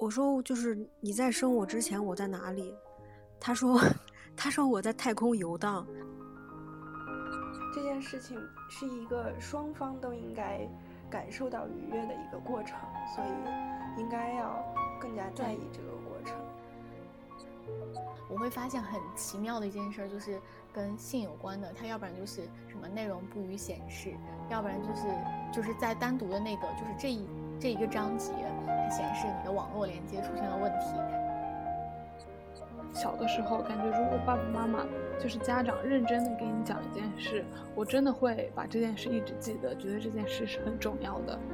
我说就是你在生我之前我在哪里？他说我在太空游荡。 这件事情是一个双方都应该感受到愉悦的一个过程，所以应该要更加在意这个过程。 我会发现很奇妙的一件事，就是跟性有关的，它要不然就是什么内容不予显示，要不然就是在单独的那个就是这一个章节，它显示你的网络连接出现了问题。 小的时候感觉，如果爸爸妈妈就是家长认真的给你讲一件事，我真的会把这件事一直记得，觉得这件事是很重要的。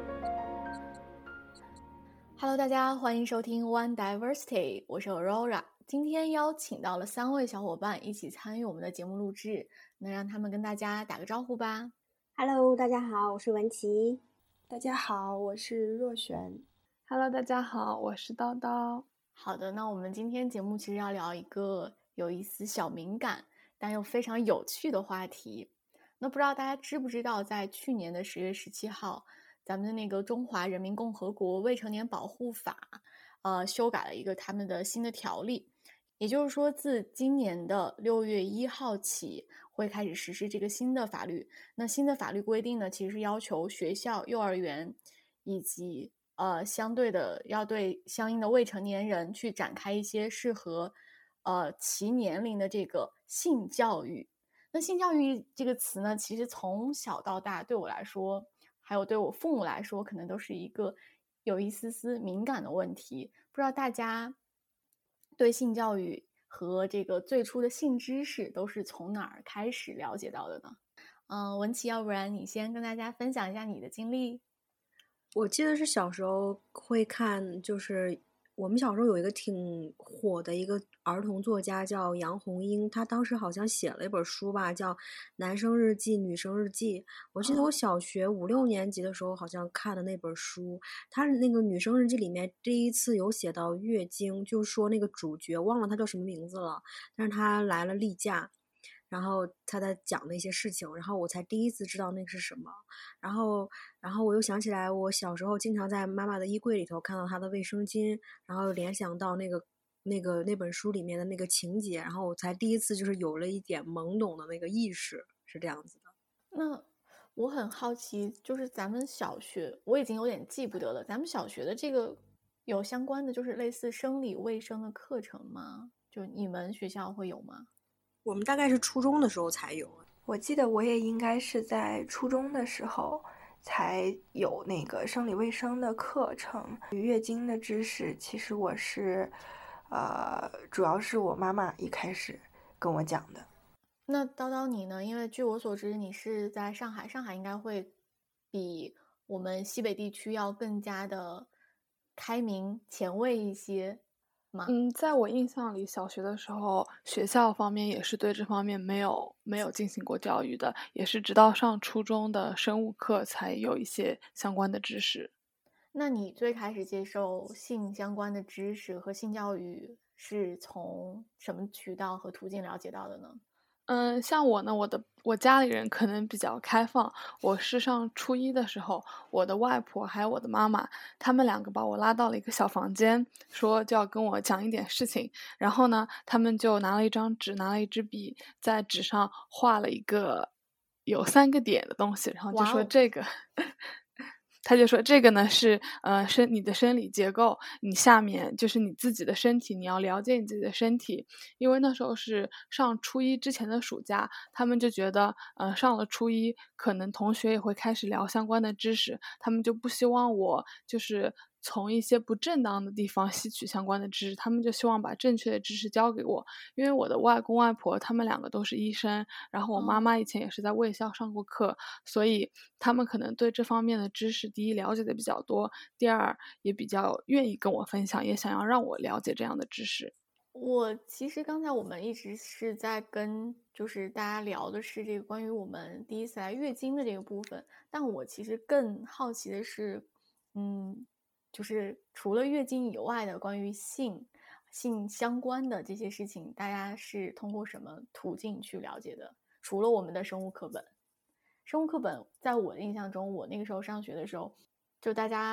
Hello， 大家欢迎收听 One Diversity， 我是 Aurora。今天邀请到了3位小伙伴一起参与我们的节目录制，那让他们跟大家打个招呼吧。 Hello， 大家好，我是文琪。 大家好，我是若璇。 Hello， 大家好，我是叨叨。 好的，那我们今天节目其实要聊一个有一丝小敏感但又非常有趣的话题。那不知道大家知不知道，在去年的10月17号，咱们的那个中华人民共和国未成年保护法修改了一个他们的新的条例，也就是说自今年的6月1号起会开始实施这个新的法律。那新的法律规定呢，其实是要求学校、幼儿园以及相对的要对相应的未成年人去展开一些适合其年龄的这个性教育。那性教育这个词呢，其实从小到大对我来说，还有对我父母来说，可能都是一个有一丝丝敏感的问题。不知道大家对性教育和这个最初的性知识都是从哪儿开始了解到的呢？文琪，要不然你先跟大家分享一下你的经历。 我记得是小时候会看，就是我们小时候有一个挺火的一个儿童作家叫杨红樱，他当时好像写了一本书吧，叫《男生日记女生日记》。我记得我小学5、6年级的时候好像看的那本书，他那个女生日记里面第一次有写到月经，就是说那个主角忘了他叫什么名字了，但是他来了例假。然后他在讲的一些事情，然后我才第一次知道那是什么。然后我又想起来，我小时候经常在妈妈的衣柜里头看到她的卫生巾，然后联想到那本书里面的那个情节，然后我才第一次就是有了一点懵懂的那个意识，是这样子的。 那我很好奇，就是咱们小学，我已经有点记不得了，咱们小学的这个有相关的就是类似生理卫生的课程吗？就你们学校会有吗？ 我们大概是初中的时候才有。 我记得我也应该是在初中的时候才有那个生理卫生的课程。月经的知识其实我是主要是我妈妈一开始跟我讲的。 那叨叨你呢？因为据我所知你是在上海，上海应该会比我们西北地区要更加的开明前卫一些吗？ 在我印象里，小学的时候学校方面也是对这方面没有进行过教育的，也是直到上初中的生物课才有一些相关的知识。 那你最开始接受性相关的知识和性教育是从什么渠道和途径了解到的呢？ 像我呢，我家里人可能比较开放。我是上初一的时候，我的外婆还有我的妈妈，他们2个把我拉到了一个小房间，说就要跟我讲一点事情。然后呢，他们就拿了一张纸，拿了一支笔，在纸上画了一个有3个点的东西，然后就说这个。他就说这个呢是你的生理结构，你下面就是你自己的身体，你要了解你自己的身体。因为那时候是上初一之前的暑假，他们就觉得上了初一可能同学也会开始聊相关的知识，他们就不希望我就是从一些不正当的地方吸取相关的知识，他们就希望把正确的知识教给我。因为我的外公外婆他们2个都是医生，然后我妈妈以前也是在卫校上过课，所以他们可能对这方面的知识第一了解的比较多，第二也比较愿意跟我分享，也想要让我了解这样的知识。 我其实刚才我们一直是在跟就是大家聊的是这个关于我们第一次来月经的这个部分，但我其实更好奇的是就是除了月经以外的关于性相关的这些事情，大家是通过什么途径去了解的？除了我们的生物课本在我的印象中，我那个时候上学的时候，就大家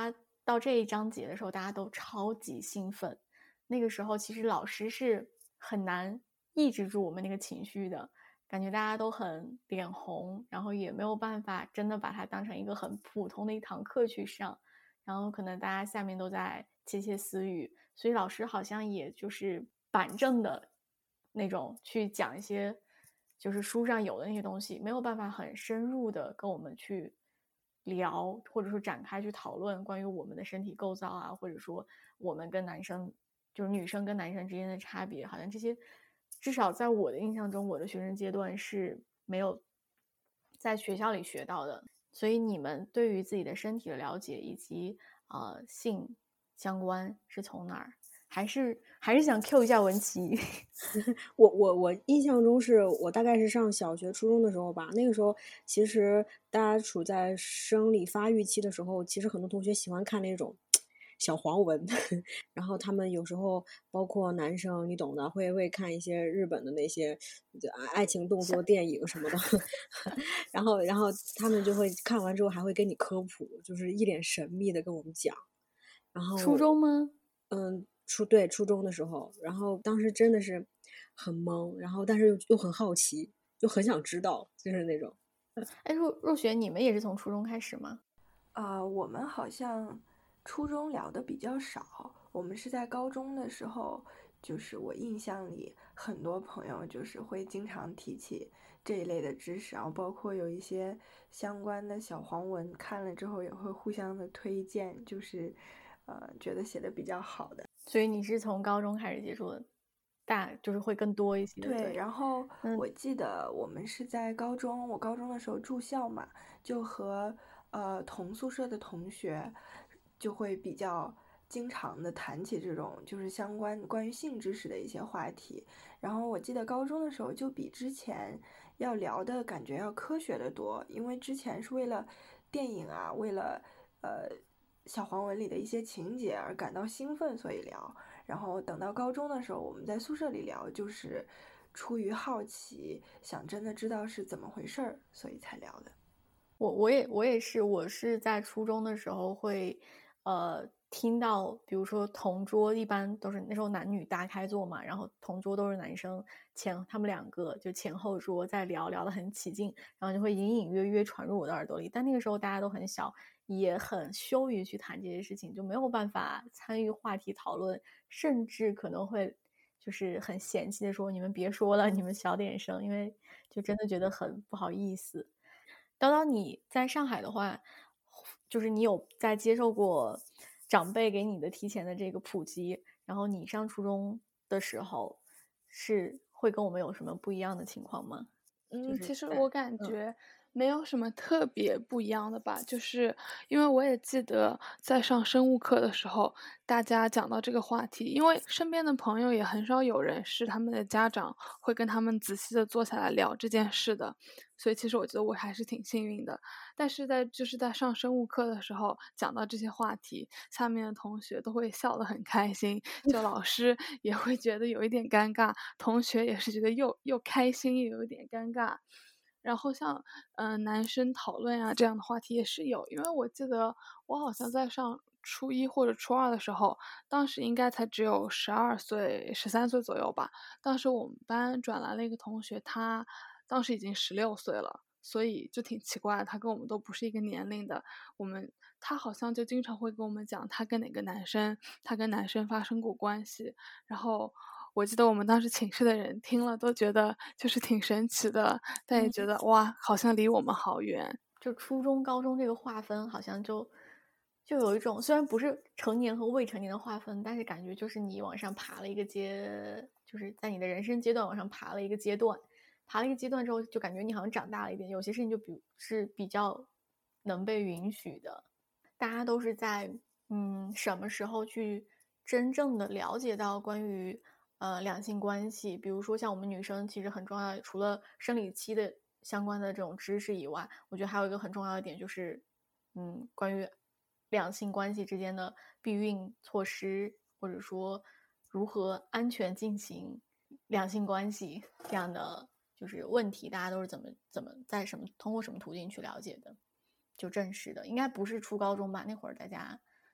到这一章节的时候，大家都超级兴奋。那个时候其实老师是很难抑制住我们那个情绪的，感觉大家都很脸红，然后也没有办法真的把它当成一个很普通的一堂课去上，然后可能大家下面都在窃窃私语，所以老师好像也就是板正的那种去讲一些就是书上有的那些东西，没有办法很深入的跟我们去聊，或者说展开去讨论关于我们的身体构造啊，或者说我们跟男生就是女生跟男生之间的差别，好像这些至少在我的印象中，我的学生阶段是没有在学校里学到的。所以你们对于自己的身体的了解以及性相关是从哪儿？还是想 Q 一下文琪。 我印象中是我大概是上小学、初中的时候吧。那个时候其实大家处在生理发育期的时候，其实很多同学喜欢看那种小黄文，然后他们有时候包括男生，你懂的，会看一些日本的那些爱情动作电影什么的，然后他们就会看完之后还会跟你科普，就是一脸神秘的跟我们讲。然后初中吗？ 对，初中的时候，然后当时真的是很懵，然后但是又很好奇，就很想知道，就是那种。 哎，若雪，你们也是从初中开始吗？ 我们好像初中聊的比较少，我们是在高中的时候，就是我印象里很多朋友就是会经常提起这一类的知识，然后包括有一些相关的小黄文，看了之后也会互相的推荐，就是觉得写的比较好的。 所以你是从高中开始接触的，就是会更多一些。 对，然后我记得我们是在我高中的时候住校嘛，就和同宿舍的同学就会比较经常的谈起这种就是关于性知识的一些话题。然后我记得高中的时候就比之前要聊的感觉要科学的多，因为之前是为了电影啊，为了小黄文里的一些情节而感到兴奋，所以聊。然后等到高中的时候，我们在宿舍里聊，就是出于好奇，想真的知道是怎么回事儿，所以才聊的。 我也是，我是在初中的时候会，听到，比如说同桌一般都是那时候男女搭开坐嘛，然后同桌都是男生，他们两个就前后桌在聊得很起劲，然后就会隐隐约约传入我的耳朵里。但那个时候大家都很小，也很羞于去谈这些事情，就没有办法参与话题讨论，甚至可能会就是很嫌弃的说：“你们别说了，你们小点声。”因为就真的觉得很不好意思。叨叨，你在上海的话，就是你有在接受过长辈给你的提前的这个普及，然后你上初中的时候是会跟我们有什么不一样的情况吗？ 其实我感觉没有什么特别不一样的吧，就是因为我也记得在上生物课的时候，大家讲到这个话题，因为身边的朋友也很少有人是他们的家长会跟他们仔细的坐下来聊这件事的，所以其实我觉得我还是挺幸运的。但是在上生物课的时候讲到这些话题，下面的同学都会笑得很开心，就老师也会觉得有一点尴尬，同学也是觉得又开心又有一点尴尬。然后像男生讨论啊这样的话题也是有，因为我记得我好像在上初一或者初二的时候，当时应该才只有12岁、13岁左右吧。当时我们班转来了一个同学，他当时已经16岁了，所以就挺奇怪的，他跟我们都不是一个年龄的。他好像就经常会跟我们讲他跟男生发生过关系，然后我记得我们当时寝室的人听了都觉得就是挺神奇的，但也觉得哇，好像离我们好远。 就初中、高中这个划分，好像就有一种虽然不是成年和未成年的划分，但是感觉就是你往上爬了一个就是在你的人生阶段往上爬了一个阶段，爬了一个阶段之后，就感觉你好像长大了一点，有些事情是比较能被允许的。大家都是在什么时候去真正的了解到关于两性关系，比如说像我们女生其实很重要，除了生理期的相关的这种知识以外，我觉得还有一个很重要的点就是关于两性关系之间的避孕措施，或者说如何安全进行两性关系这样的就是问题，大家都是怎么通过什么途径去了解的？就正式的，应该不是初高中吧？那会儿大家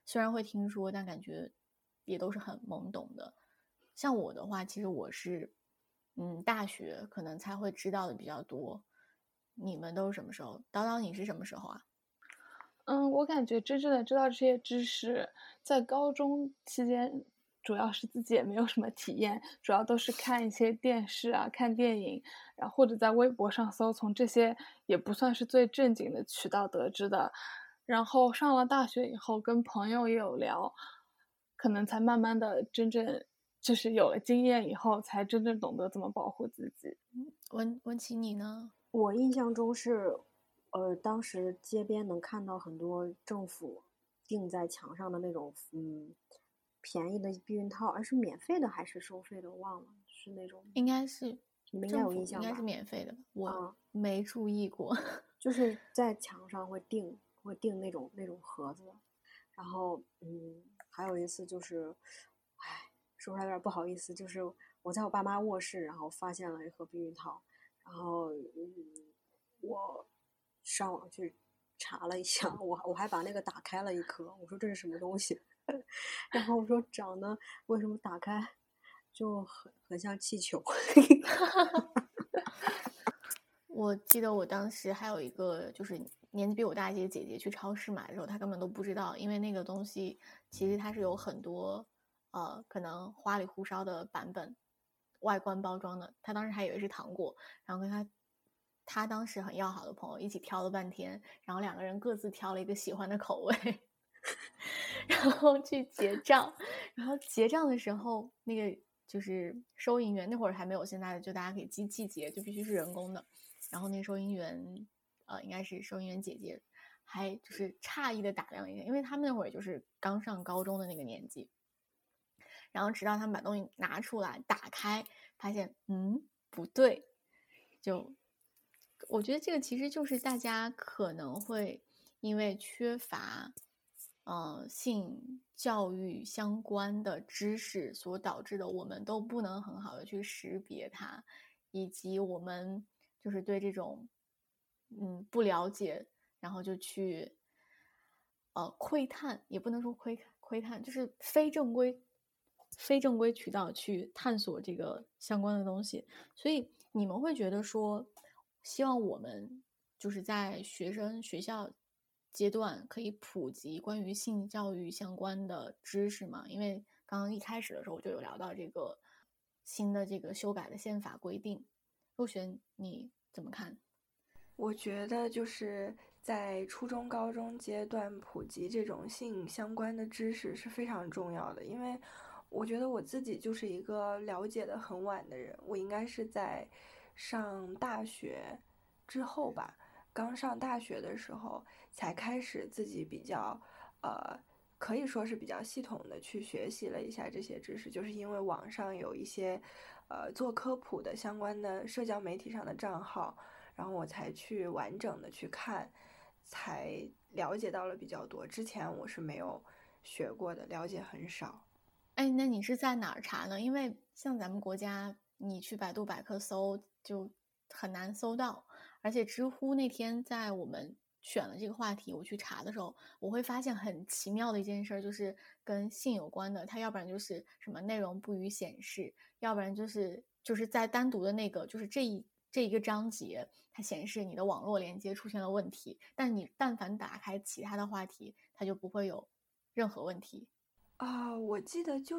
虽然会听说，但感觉也都是很懵懂的。像我的话，其实我是大学可能才会知道的比较多。你们都是什么时候？叨叨，你是什么时候啊？ 我感觉真正的知道这些知识，在高中期间，主要是自己也没有什么体验，主要都是看一些电视啊、看电影，然后或者在微博上搜，从这些也不算是最正经的渠道得知的。然后上了大学以后，跟朋友也有聊，可能才慢慢的真正就是有了经验以后，才真正懂得怎么保护自己。 文琪，你呢？ 我印象中是，当时街边能看到很多政府钉在墙上的那种，便宜的避孕套，是免费的还是收费的？我忘了，是那种， 应该是你们应该有印应该是象吧？ 免费的吧？我啊， 没注意过。 就是在墙上会钉那种盒子，然后还有一次就是，唉，说出来有点不好意思，就是我在我爸妈卧室，然后发现了一盒避孕套，然后我上网去查了一下，我还把那个打开了一颗，我说这是什么东西，然后我说长得为什么打开就很像气球。 我记得我当时还有一个就是年纪比我大一些姐姐去超市买的时候，她根本都不知道，因为那个东西其实它是有很多可能花里胡哨的版本外观包装的。她当时还以为是糖果，然后跟她当时很要好的朋友一起挑了半天，然后两个人各自挑了一个喜欢的口味，然后去结账。然后结账的时候，那个就是收银员，那会儿还没有现在的，就大家可以机器结，就必须是人工的。然后那个收银员，应该是收银员姐姐，还就是诧异的打量了一下，因为他们那会儿就是刚上高中的那个年纪。然后直到他们把东西拿出来打开，发现不对，就我觉得这个其实就是大家可能会因为缺乏性教育相关的知识所导致的，我们都不能很好的去识别它，以及我们就是对这种不了解，然后就去窥探，也不能说窥探，就是非正规渠道去探索这个相关的东西。所以你们会觉得说，希望我们就是在学校阶段可以普及关于性教育相关的知识吗？因为刚刚一开始的时候我就有聊到这个新的这个修改的宪法规定，陆璇你怎么看？ 我觉得就是在初中、高中阶段普及这种性相关的知识是非常重要的，因为我觉得我自己就是一个了解的很晚的人，我应该是在上大学之后吧，刚上大学的时候才开始自己比较可以说是比较系统的去学习了一下这些知识，就是因为网上有一些做科普的相关的社交媒体上的账号。然后我才去完整的去看，才了解到了比较多。之前我是没有学过的，了解很少。 哎，那你是在哪儿查呢？因为像咱们国家，你去百度百科搜就很难搜到，而且知乎那天在我们选了这个话题，我去查的时候，我会发现很奇妙的一件事，就是跟性有关的，它要不然就是什么内容不予显示，要不然就是在单独的那个就是这一个章节，它显示你的网络连接出现了问题，但你但凡打开其他的话题，它就不会有任何问题。 我记得就是，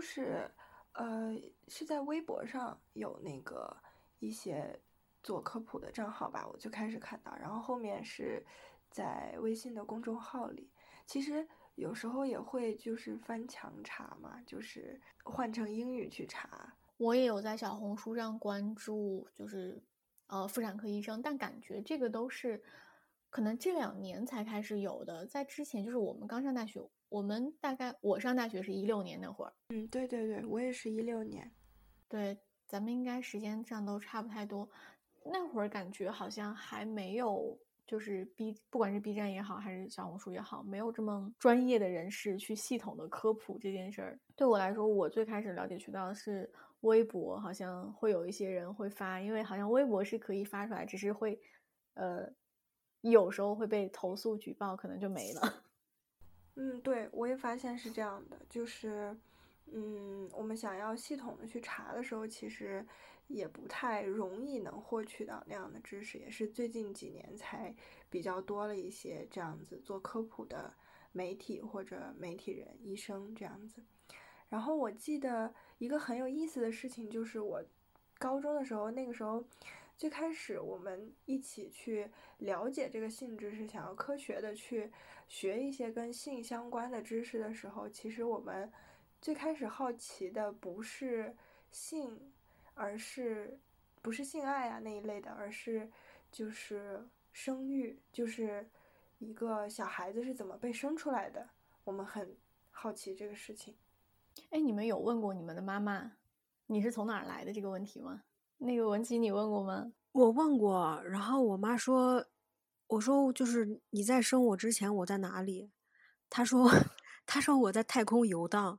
是在微博上有那个一些做科普的账号吧，我就开始看到，然后后面是在微信的公众号里，其实有时候也会就是翻墙查嘛，就是换成英语去查。 我也有在小红书上关注，就是妇产科医生，但感觉这个都是可能这2年才开始有的，在之前就是我们刚上大学，我上大学是16年那会儿， 对对对，我也是16年。 对，咱们应该时间上都差不太多，那会儿感觉好像还没有。就是不管是 B 站也好，还是小红书也好，没有这么专业的人士去系统的科普这件事儿。对我来说，我最开始了解渠道是微博，好像会有一些人会发，因为好像微博是可以发出来，只是会，有时候会被投诉举报，可能就没了。 对，我也发现是这样的，就是，我们想要系统的去查的时候，其实也不太容易能获取到那样的知识，也是最近几年才比较多了一些这样子做科普的媒体或者媒体人、医生这样子。然后我记得一个很有意思的事情，就是我高中的时候，那个时候最开始我们一起去了解这个性知识，想要科学的去学一些跟性相关的知识的时候，其实我们最开始好奇的不是性，而是不是性爱啊那一类的，而是就是生育，就是一个小孩子是怎么被生出来的，我们很好奇这个事情。 哎，你们有问过你们的妈妈，你是从哪儿来的这个问题吗？那个文琪，你问过吗？ 我问过，然后我妈说，我说就是你在生我之前我在哪里？她说，她说我在太空游荡。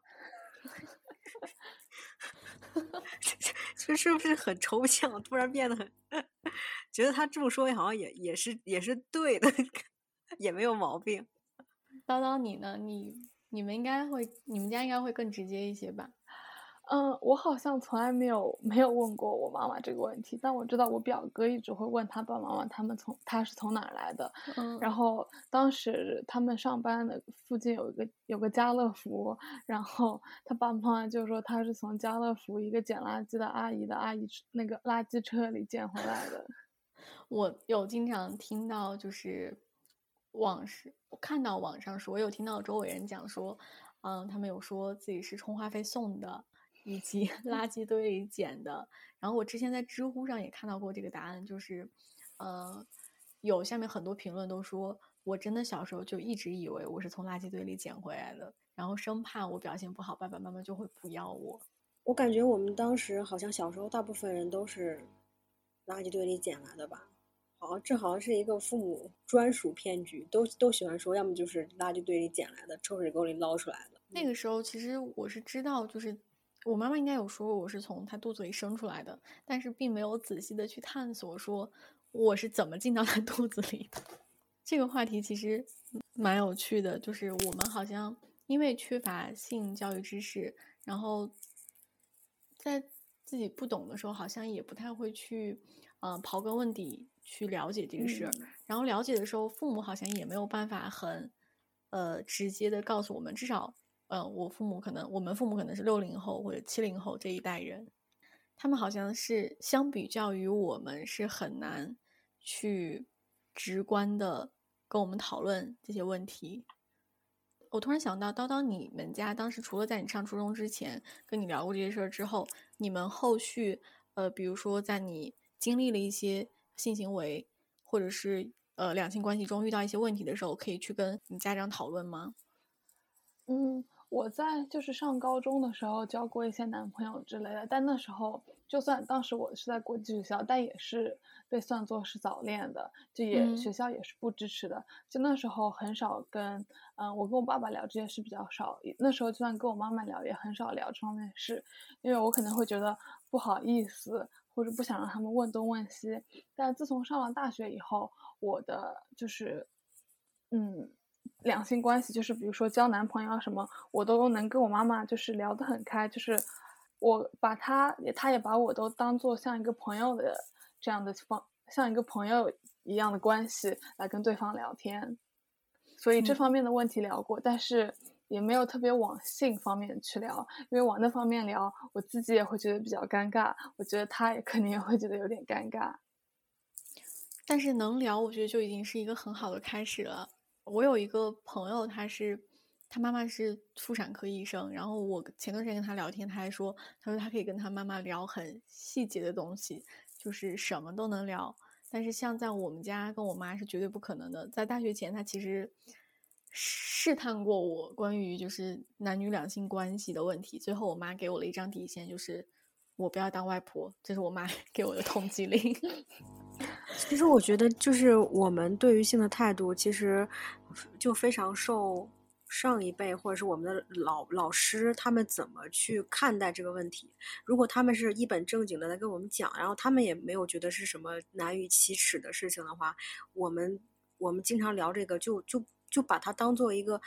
这是不是很抽象？突然变得很，觉得她这么说好像也是对的，也没有毛病。 叨叨你呢？你们家应该会更直接一些吧？ 我好像从来没有问过我妈妈这个问题，但我知道我表哥一直会问他爸爸妈妈他是从哪儿来的。然后当时他们上班的附近有个家乐福，然后他爸爸妈妈就说他是从家乐福一个捡垃圾的阿姨那个垃圾车里捡回来的。 我有经常听到，就是我看到网上说，我有听到周围人讲说，他们有说自己是充话费送的，以及垃圾堆里捡的。然后我之前在知乎上也看到过这个答案，就是，有下面很多评论都说，我真的小时候就一直以为我是从垃圾堆里捡回来的，然后生怕我表现不好，爸爸妈妈就会不要我。 我感觉我们当时好像小时候大部分人都是垃圾堆里捡来的吧。这好像是一个父母专属骗局，都喜欢说，要么就是垃圾堆里捡来的，臭水沟里捞出来的。 那个时候其实我是知道，就是我妈妈应该有说我是从她肚子里生出来的，但是并没有仔细的去探索说我是怎么进到她肚子里的。这个话题其实蛮有趣的，就是我们好像因为缺乏性教育知识，然后在自己不懂的时候，好像也不太会去刨根问底去了解这个事儿。然后了解的时候，父母好像也没有办法很直接的告诉我们，至少我们父母可能是60后或者70后这一代人，他们好像是相比较于我们是很难去直观的跟我们讨论这些问题。我突然想到，叨叨，你们家当时除了在你上初中之前跟你聊过这些事儿之后，你们后续比如说在你经历了一些性行为或者是两性关系中遇到一些问题的时候，可以去跟你家长讨论吗？ 我在就是上高中的时候交过一些男朋友之类的，但那时候就算当时我是在国际学校，但也是被算作是早恋的，学校也是不支持的。就那时候很少我跟我爸爸聊这件事比较少，那时候就算跟我妈妈聊也很少聊这方面的事，因为我可能会觉得不好意思，或者不想让他们问东问西。但自从上了大学以后，我的就是两性关系，就是比如说交男朋友啊什么，我都能跟我妈妈就是聊得很开，就是我把她也把我都当做像一个朋友的这样的像一个朋友一样的关系来跟对方聊天，所以这方面的问题聊过，但是也没有特别往性方面去聊，因为往那方面聊，我自己也会觉得比较尴尬，我觉得他也肯定也会觉得有点尴尬。 但是能聊，我觉得就已经是一个很好的开始了。我有一个朋友，他妈妈是妇产科医生，然后我前段时间跟他聊天，他说他可以跟他妈妈聊很细节的东西，就是什么都能聊。但是像在我们家跟我妈是绝对不可能的。在大学前，他其实试探过我关于就是男女两性关系的问题，最后我妈给我了一张底线，就是我不要当外婆，这是我妈给我的通缉令。 其实我觉得，就是我们对于性的态度，其实就非常受上一辈或者是我们的老师他们怎么去看待这个问题。如果他们是一本正经的来跟我们讲，然后他们也没有觉得是什么难于启齿的事情的话，我们经常聊这个，就把它当做一个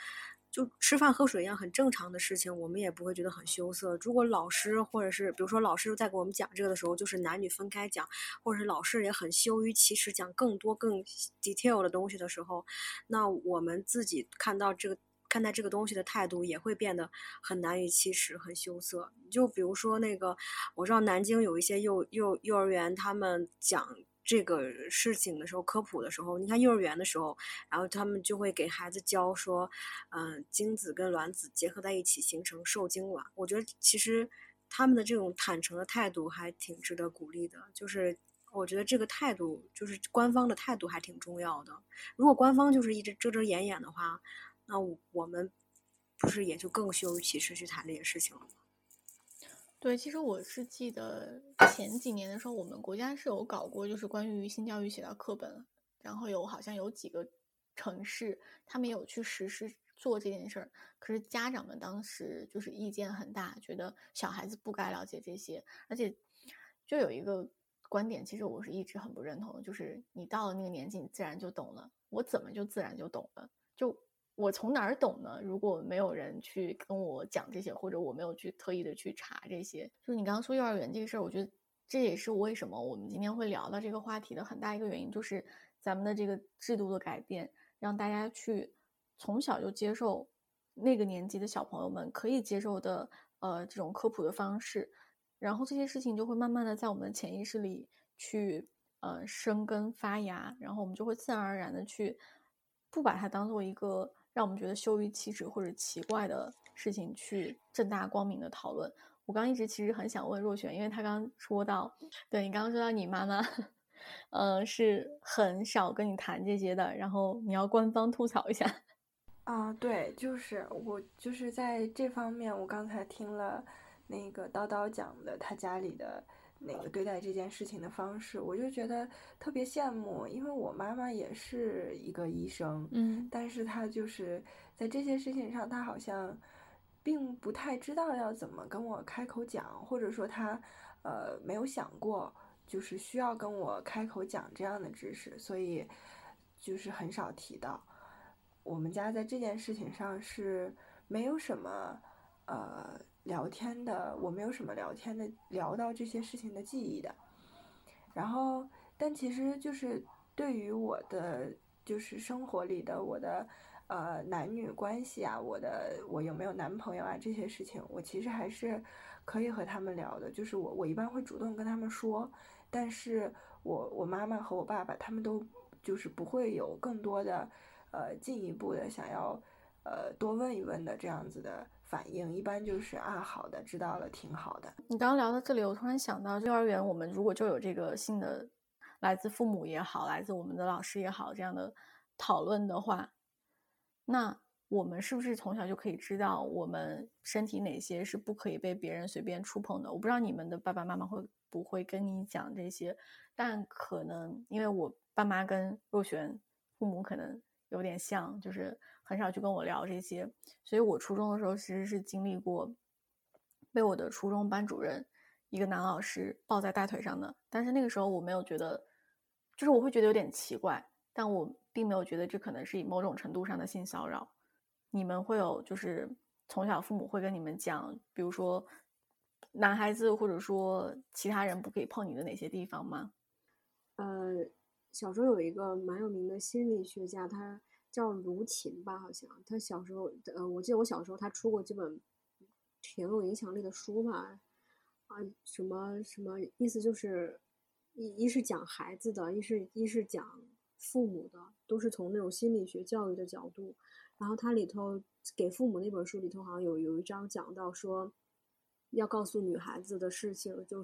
就吃饭喝水一样很正常的事情，我们也不会觉得很羞涩。如果老师或者是比如说老师在给我们讲这个的时候，就是男女分开讲，或者是老师也很羞于启齿讲更多更 detail 的东西的时候，那我们自己看待这个东西的态度也会变得很难以启齿，很羞涩。就比如说那个，我知道南京有一些幼儿园，他们讲这个事情的时候，科普的时候，你看幼儿园的时候，然后他们就会给孩子教说，精子跟卵子结合在一起形成受精卵。我觉得其实他们的这种坦诚的态度还挺值得鼓励的，就是我觉得这个态度，就是官方的态度还挺重要的。如果官方就是一直遮遮掩掩的话，那我们不是也就更羞于启齿去谈这些事情了吗？ 对，其实我是记得前几年的时候，我们国家是有搞过，就是关于性教育写到课本，然后好像有几个城市他们有去实施做这件事儿，可是家长们当时就是意见很大，觉得小孩子不该了解这些，而且就有一个观点，其实我是一直很不认同的，就是你到了那个年纪，你自然就懂了，我怎么就自然就懂了？就我从哪儿懂呢？如果没有人去跟我讲这些，或者我没有去特意的去查这些，就是你刚刚说幼儿园这个事儿，我觉得这也是为什么我们今天会聊到这个话题的很大一个原因，就是咱们的这个制度的改变，让大家去从小就接受那个年纪的小朋友们可以接受的这种科普的方式，然后这些事情就会慢慢的在我们的潜意识里去生根发芽，然后我们就会自然而然的去不把它当做一个让我们觉得羞于启齿或者奇怪的事情去正大光明的讨论。我刚一直其实很想问若璇，因为他刚说到，对，你刚刚说到你妈妈是很少跟你谈这些的，然后你要官方吐槽一下。 对，就是我就是在这方面，我刚才听了那个叨叨讲的他家里的那个对待这件事情的方式，我就觉得特别羡慕，因为我妈妈也是一个医生，但是她就是在这些事情上，她好像并不太知道要怎么跟我开口讲，或者说她没有想过就是需要跟我开口讲这样的知识，所以就是很少提到。我们家在这件事情上是没有什么聊天的，我没有什么聊到这些事情的记忆的。然后，但其实就是对于我的就是生活里的我的男女关系啊，我有没有男朋友啊这些事情，我其实还是可以和他们聊的。就是我一般会主动跟他们说，但是我妈妈和我爸爸他们都就是不会有更多的进一步的想要多问一问的这样子的反应，一般就是好的，知道了，挺好的。 你刚刚聊到这里，我突然想到，幼儿园我们如果就有这个性的来自父母也好，来自我们的老师也好这样的讨论的话，那我们是不是从小就可以知道我们身体哪些是不可以被别人随便触碰的？我不知道你们的爸爸妈妈会不会跟你讲这些，但可能因为我爸妈跟若璇父母可能有点像，就是很少去跟我聊这些，所以我初中的时候其实是经历过被我的初中班主任一个男老师抱在大腿上的，但是那个时候我没有觉得，就是我会觉得有点奇怪，但我并没有觉得这可能是以某种程度上的性骚扰。你们会有就是从小父母会跟你们讲，比如说男孩子或者说其他人不可以碰你的哪些地方吗？ 小时候有一个蛮有名的心理学家，他叫卢琴吧，好像他小时候，我记得我小时候他出过这本挺有影响力的书吧，什么什么意思就是一是讲孩子的，一是讲父母的，都是从那种心理学教育的角度。然后它里头给父母那本书里头好像有一章讲到说，要告诉女孩子的事情就是，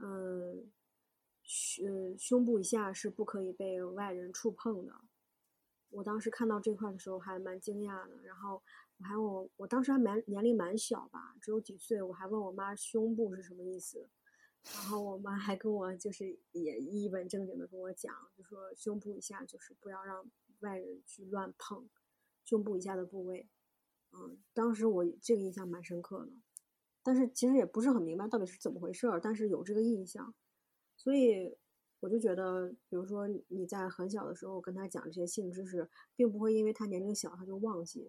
胸部以下是不可以被外人触碰的。我当时看到这块的时候还蛮惊讶的，然后我还问我当时还年龄蛮小吧，只有几岁，我还问我妈胸部是什么意思，然后我妈还跟我就是也一本正经的跟我讲，就说胸部以下就是不要让外人去乱碰胸部以下的部位。当时我这个印象蛮深刻的，但是其实也不是很明白到底是怎么回事儿，但是有这个印象，所以我就觉得，比如说你在很小的时候跟他讲这些性知识，并不会因为他年龄小他就忘记，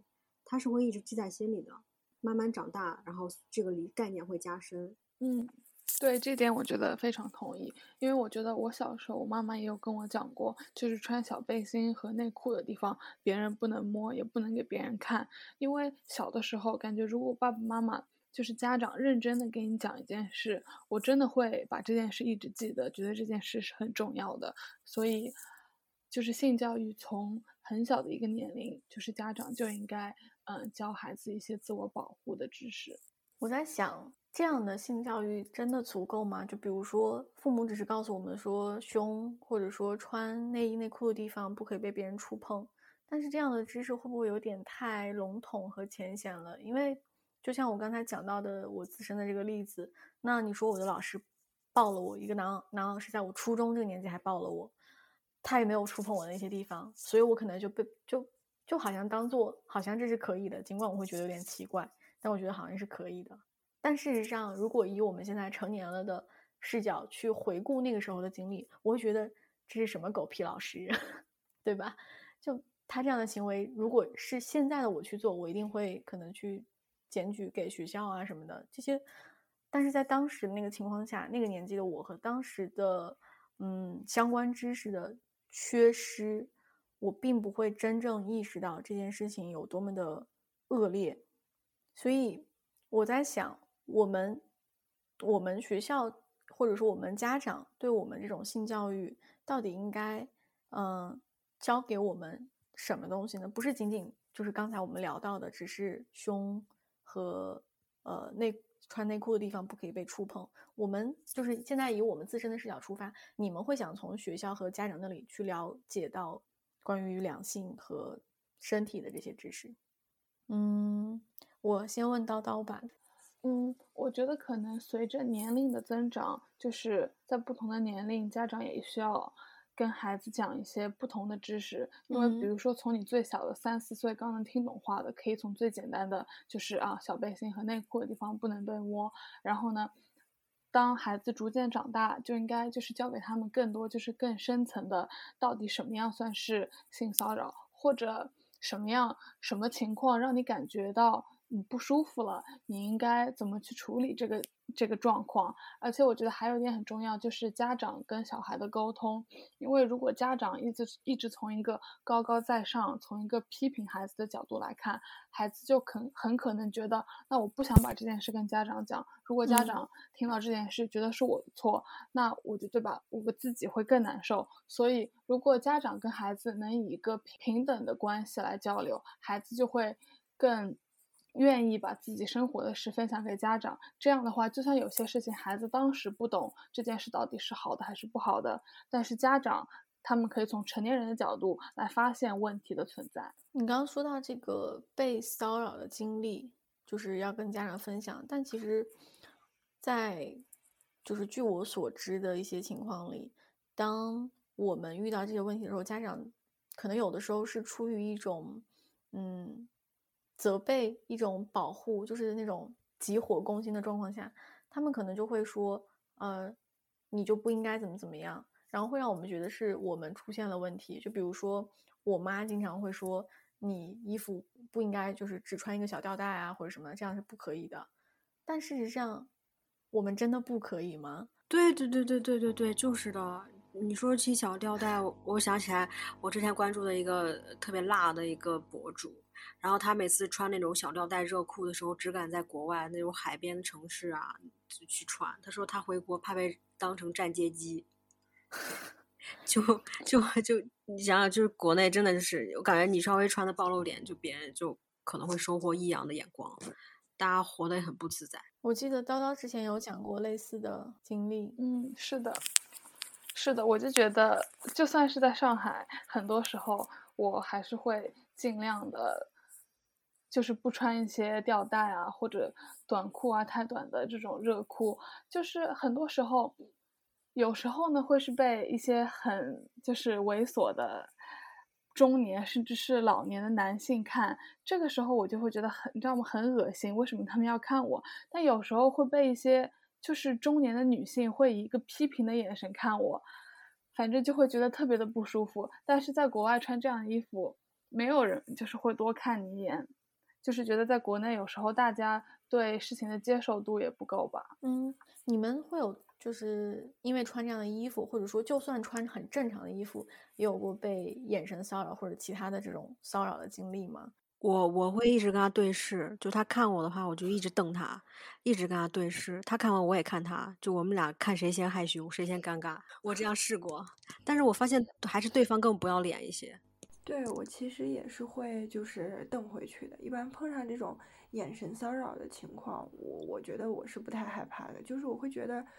它是会一直记在心里的，慢慢长大，然后这个概念会加深。 对，这点我觉得非常同意，因为我觉得我小时候，我妈妈也有跟我讲过，就是穿小背心和内裤的地方，别人不能摸，也不能给别人看，因为小的时候感觉，如果爸爸妈妈就是家长认真的给你讲一件事，我真的会把这件事一直记得，觉得这件事是很重要的，所以就是性教育从很小的一个年龄，就是家长就应该教孩子一些自我保护的知识。 我在想，这样的性教育真的足够吗？就比如说，父母只是告诉我们说胸或者说穿内衣内裤的地方不可以被别人触碰，但是这样的知识会不会有点太笼统和浅显了？因为就像我刚才讲到的我自身的这个例子，那你说我的老师抱了我，一个男老师在我初中这个年纪还抱了我，他也没有触碰我的那些地方，所以我可能就好像当做好像这是可以的，尽管我会觉得有点奇怪。但我觉得好像是可以的。但事实上，如果以我们现在成年了的视角去回顾那个时候的经历，我会觉得这是什么狗屁老师，对吧？就他这样的行为，如果是现在的我去做，我一定会可能去检举给学校啊什么的这些。但是在当时那个情况下，那个年纪的我和当时的相关知识的缺失，我并不会真正意识到这件事情有多么的恶劣。所以我在想，我们学校或者说我们家长对我们这种性教育到底应该教给我们什么东西呢？不是仅仅就是刚才我们聊到的，只是胸和穿内裤的地方不可以被触碰。我们就是现在以我们自身的视角出发，你们会想从学校和家长那里去了解到关于两性和身体的这些知识。我先问叨叨吧。 我觉得可能随着年龄的增长，就是在不同的年龄，家长也需要跟孩子讲一些不同的知识。因为比如说从你最小的3、4岁刚能听懂话的，可以从最简单的就是小背心和内裤的地方不能被摸，然后呢，当孩子逐渐长大，就应该就是教给他们更多就是更深层的，到底什么样算是性骚扰，或者什么情况让你感觉到你不舒服了，你应该怎么去处理这个状况。而且我觉得还有一点很重要，就是家长跟小孩的沟通。因为如果家长一直从一个高高在上，从一个批评孩子的角度来看，孩子就很可能觉得，那我不想把这件事跟家长讲。如果家长听到这件事觉得是我的错，那我就对吧，我自己会更难受。所以如果家长跟孩子能以一个平等的关系来交流，孩子就会更愿意把自己生活的事分享给家长。这样的话，就算有些事情孩子当时不懂这件事到底是好的还是不好的，但是家长他们可以从成年人的角度来发现问题的存在。 你刚刚说到这个被骚扰的经历，就是要跟家长分享，但其实在就是据我所知的一些情况里，当我们遇到这些问题的时候，家长可能有的时候是出于一种责备，一种保护，就是那种急火攻心的状况下，他们可能就会说你就不应该怎么怎么样，然后会让我们觉得是我们出现了问题。就比如说我妈经常会说，你衣服不应该就是只穿一个小吊带啊或者什么的，这样是不可以的。但事实上我们真的不可以吗？ 对，就是的。你说起小吊带，我想起来我之前关注的一个特别辣的一个博主，然后他每次穿那种小吊带热裤的时候，只敢在国外那种海边城市啊去穿。他说他回国怕被当成站街机。就你想想，就是国内真的就是我感觉你稍微穿的暴露点，就别人就可能会收获异样的眼光，大家活得也很不自在。 我记得叨叨之前有讲过类似的经历。 是的，我就觉得就算是在上海，很多时候我还是会尽量的就是不穿一些吊带啊或者短裤啊太短的这种热裤。就是很多时候有时候呢会是被一些很就是猥琐的中年甚至是老年的男性看，这个时候我就会觉得你知道吗，很恶心，为什么他们要看我。但有时候会被一些就是中年的女性会以一个批评的眼神看我，反正就会觉得特别的不舒服。但是在国外穿这样的衣服，没有人就是会多看你一眼， 就是觉得在国内有时候大家对事情的接受度也不够吧。 你们会有就是因为穿这样的衣服，或者说就算穿很正常的衣服，也有过被眼神骚扰或者其他的这种骚扰的经历吗？ 我会一直跟他对视，就他看我的话，我就一直瞪他，一直跟他对视。他看完我也看他，就我们俩看谁先害羞，谁先尴尬。我这样试过，但是我发现还是对方更不要脸一些。 对，我其实也是会就是瞪回去的。一般碰上这种眼神骚扰的情况，我觉得我是不太害怕的，就是我会觉得，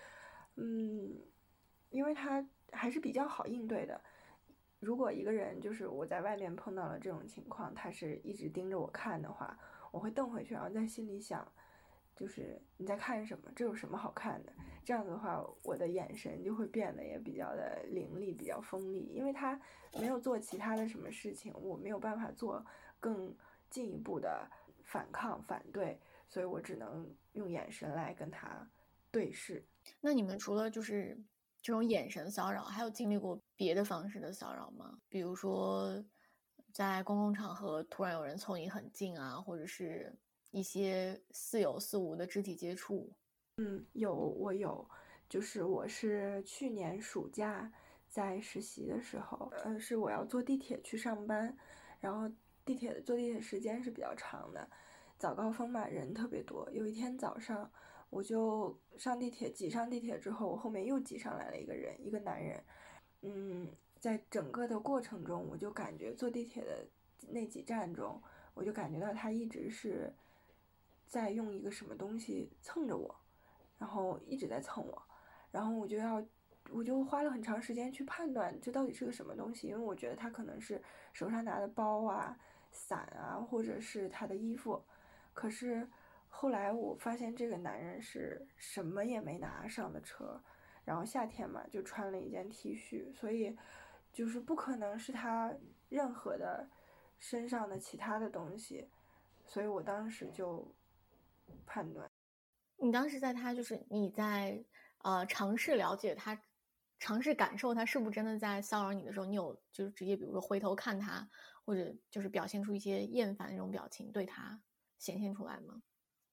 因为他还是比较好应对的。如果一个人就是我在外面碰到了这种情况，他是一直盯着我看的话，我会瞪回去，然后在心里想，就是你在看什么？这有什么好看的？这样子的话，我的眼神就会变得也比较的凌厉，比较锋利，因为他没有做其他的什么事情，我没有办法做更进一步的反抗反对，所以我只能用眼神来跟他对视。 那你们除了就是这种眼神骚扰，还有经历过别的方式的骚扰吗？比如说在公共场合突然有人凑你很近啊，或者是一些似有似无的肢体接触。 我有，就是我是去年暑假在实习的时候，是我要坐地铁去上班，然后坐地铁时间是比较长的，早高峰嘛，人特别多。有一天早上，我就挤上地铁之后，我后面又挤上来了一个人，一个男人。在整个的过程中，我就感觉坐地铁的那几站中，我就感觉到他一直是在用一个什么东西蹭着我。然后一直在蹭我，然后我就花了很长时间去判断这到底是个什么东西，因为我觉得他可能是手上拿的包啊、伞啊，或者是他的衣服。可是后来我发现这个男人是什么也没拿上的车，然后夏天嘛就穿了一件 T 恤，所以就是不可能是他任何的身上的其他的东西，所以我当时就判断。 你当时在他就是你在尝试了解他，尝试感受他是不是真的在骚扰你的时候，你有就是直接比如说回头看他，或者就是表现出一些厌烦那种表情对他显现出来吗？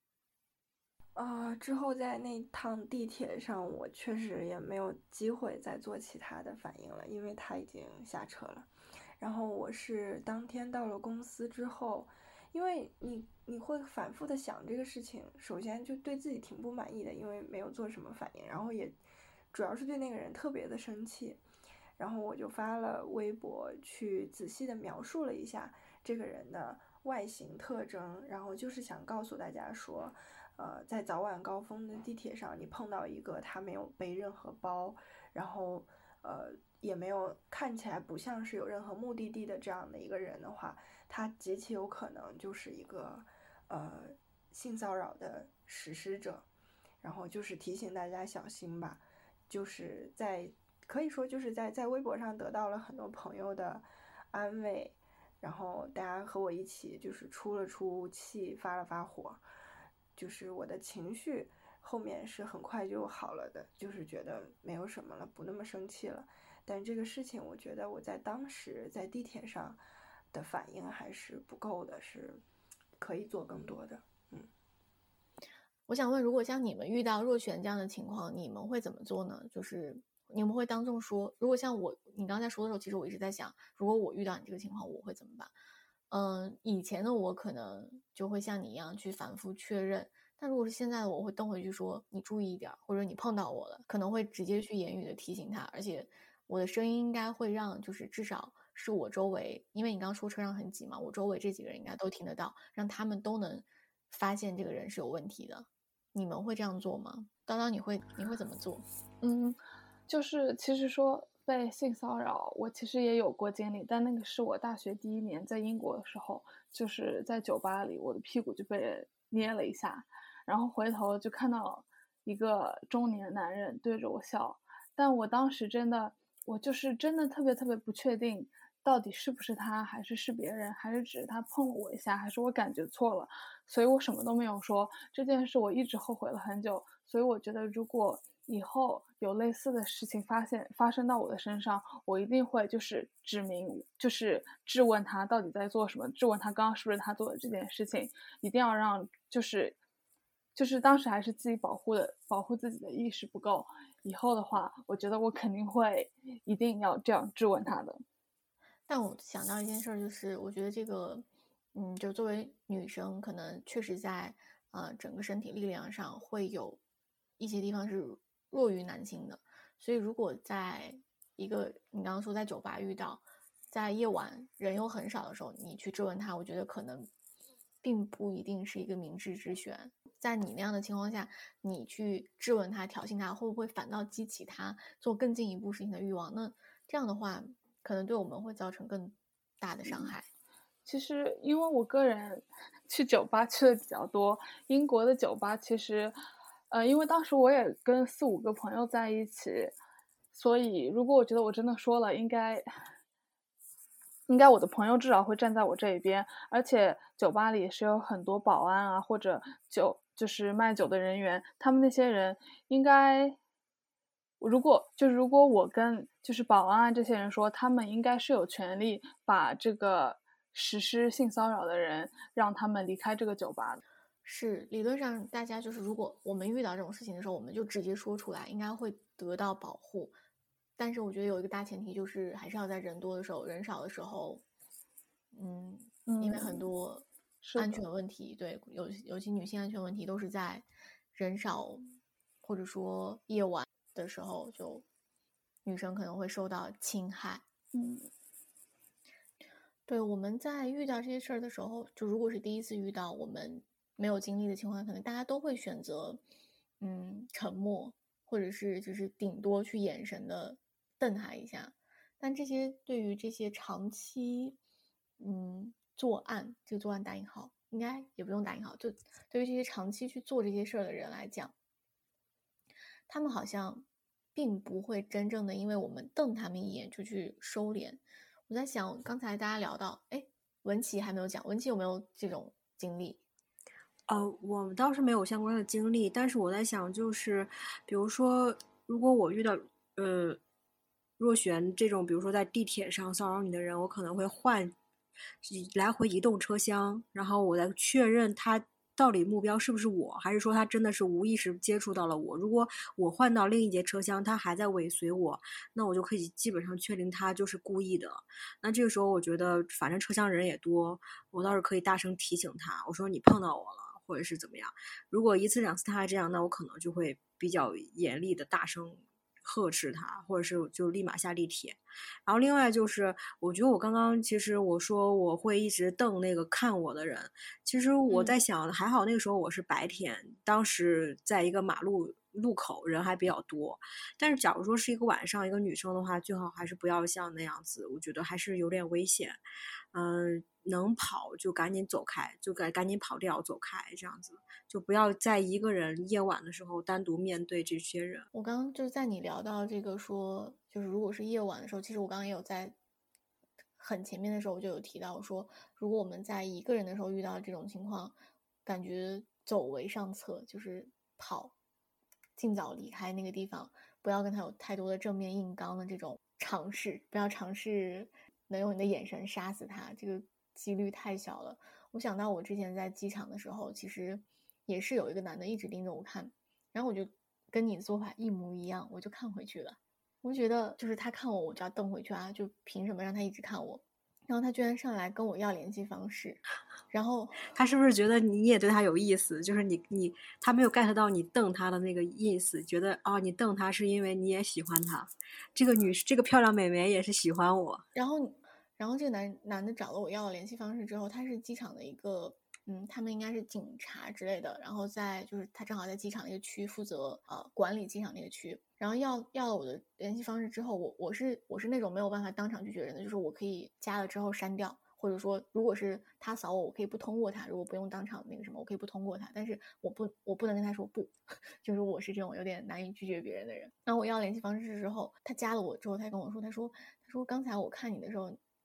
之后在那趟地铁上，我确实也没有机会再做其他的反应了，因为他已经下车了。然后我是当天到了公司之后，因为你会反复的想这个事情，首先就对自己挺不满意的，因为没有做什么反应，然后也主要是对那个人特别的生气。然后我就发了微博去仔细的描述了一下这个人的外形特征，然后就是想告诉大家说，在早晚高峰的地铁上，你碰到一个他没有背任何包，然后也没有看起来不像是有任何目的地的这样的一个人的话，他极其有可能就是一个性骚扰的实施者，然后就是提醒大家小心吧，就是可以说就是在微博上得到了很多朋友的安慰，然后大家和我一起就是出了出气，发了发火，就是我的情绪后面是很快就好了的，就是觉得没有什么了，不那么生气了。但这个事情，我觉得我在当时在地铁上的反应还是不够的，是可以做更多的。 我想问，如果像你们遇到若璇这样的情况，你们会怎么做呢？就是你们会当众说，如果像你刚才说的时候，其实我一直在想，如果我遇到你这个情况，我会怎么办？以前的我可能就会像你一样去反复确认，但如果是现在的我会瞪回去说你注意一点，或者你碰到我了，可能会直接去言语的提醒他，而且我的声音应该会让就是至少是我周围，因为你刚刚说车上很挤嘛，我周围这几个人应该都听得到，让他们都能发现这个人是有问题的。你们会这样做吗？叨叨你会怎么做？ 就是其实说被性骚扰，我其实也有过经历，但那个是我大学第1年在英国的时候，就是在酒吧里，我的屁股就被捏了一下，然后回头就看到一个中年男人对着我笑，但我当时我就是真的特别特别不确定到底是不是他，还是别人，还是只是他碰了我一下，还是我感觉错了，所以我什么都没有说。这件事我一直后悔了很久，所以我觉得如果以后有类似的事情发生到我的身上，我一定会就是指明，就是质问他到底在做什么，质问他刚刚是不是他做的这件事情，一定要让就是当时还是自己保护自己的意识不够，以后的话，我觉得我肯定会一定要这样质问他的。 但我想到一件事儿，就是我觉得这个，就作为女生，可能确实在整个身体力量上会有一些地方是弱于男性的，所以如果在一个你刚刚说在酒吧遇到，在夜晚人又很少的时候，你去质问他，我觉得可能并不一定是一个明智之选。在你那样的情况下，你去质问他、挑衅他，会不会反倒激起他做更进一步事情的欲望？那这样的话，可能对我们会造成更大的伤害。 其实因为我个人去酒吧去的比较多，英国的酒吧其实，因为当时我也跟4-5个朋友在一起，所以如果我觉得我真的说了，应该我的朋友至少会站在我这一边，而且酒吧里是有很多保安啊，或者就是卖酒的人员，他们那些人应该，如果我跟就是保安啊这些人说，他们应该是有权利把这个实施性骚扰的人让他们离开这个酒吧的。 是理论上，大家就是如果我们遇到这种事情的时候，我们就直接说出来，应该会得到保护。但是我觉得有一个大前提，就是还是要在人多的时候，人少的时候，因为很多安全问题，对，尤其女性安全问题都是在人少或者说夜晚的时候，就女生可能会受到侵害。对，我们在遇到这些事儿的时候，就如果是第一次遇到，我们没有经历的情况，可能大家都会选择，沉默，或者是就是顶多去眼神的瞪他一下。但这些对于这些长期，作案，这个作案打引号，应该也不用打引号，就对于这些长期去做这些事儿的人来讲，他们好像并不会真正的因为我们瞪他们一眼就去收敛。我在想，刚才大家聊到，文琪还没有讲，文琪有没有这种经历？ 我倒是没有相关的经历，但是我在想，就是比如说，如果我遇到若璇这种，比如说在地铁上骚扰你的人，我可能会来回移动车厢，然后我再确认他到底目标是不是我，还是说他真的是无意识接触到了我。如果我换到另一节车厢，他还在尾随我，那我就可以基本上确定他就是故意的。那这个时候我觉得反正车厢人也多，我倒是可以大声提醒他，我说你碰到我了，或者是怎么样。如果1次2次他还这样，那我可能就会比较严厉的大声呵斥他，或者是就立马下地铁。然后另外就是，我觉得我刚刚其实我说我会一直瞪那个看我的人，其实我在想，还好那个时候我是白天，当时在一个马路口人还比较多，但是假如说是一个晚上一个女生的话，最好还是不要像那样子，我觉得还是有点危险。能跑就赶紧走开，就赶紧跑掉走开，这样子就不要在一个人夜晚的时候单独面对这些人。 我刚刚就是在你聊到这个说，就是如果是夜晚的时候，其实我刚刚也有在很前面的时候我就有提到说，如果我们在一个人的时候遇到这种情况，感觉走为上策，就是跑，尽早离开那个地方，不要跟他有太多的正面硬刚的这种尝试，不要尝试能用你的眼神杀死他，这个几率太小了。我想到我之前在机场的时候，其实也是有一个男的一直盯着我看，然后我就跟你的做法一模一样，我就看回去了。我觉得就是他看我，我就要瞪回去啊，就凭什么让他一直看我？然后他居然上来跟我要联系方式，然后他是不是觉得你也对他有意思？就是他没有 get 到你瞪他的那个意思，觉得你瞪他是因为你也喜欢他，这个漂亮美眉也是喜欢我。 然后这个男的找了我要了联系方式之后，他是机场的一个他们应该是警察之类的，然后就是他正好在机场那个区负责管理机场那个区，然后要了我的联系方式之后，我是那种没有办法当场拒绝人的，就是我可以加了之后删掉，或者说如果是他扫我可以不通过他，如果不用当场那个什么我可以不通过他，但是我不能跟他说不，就是我是这种有点难以拒绝别人的人。然后我要联系方式之后，他加了我之后，他跟我说，他说刚才我看你的时候，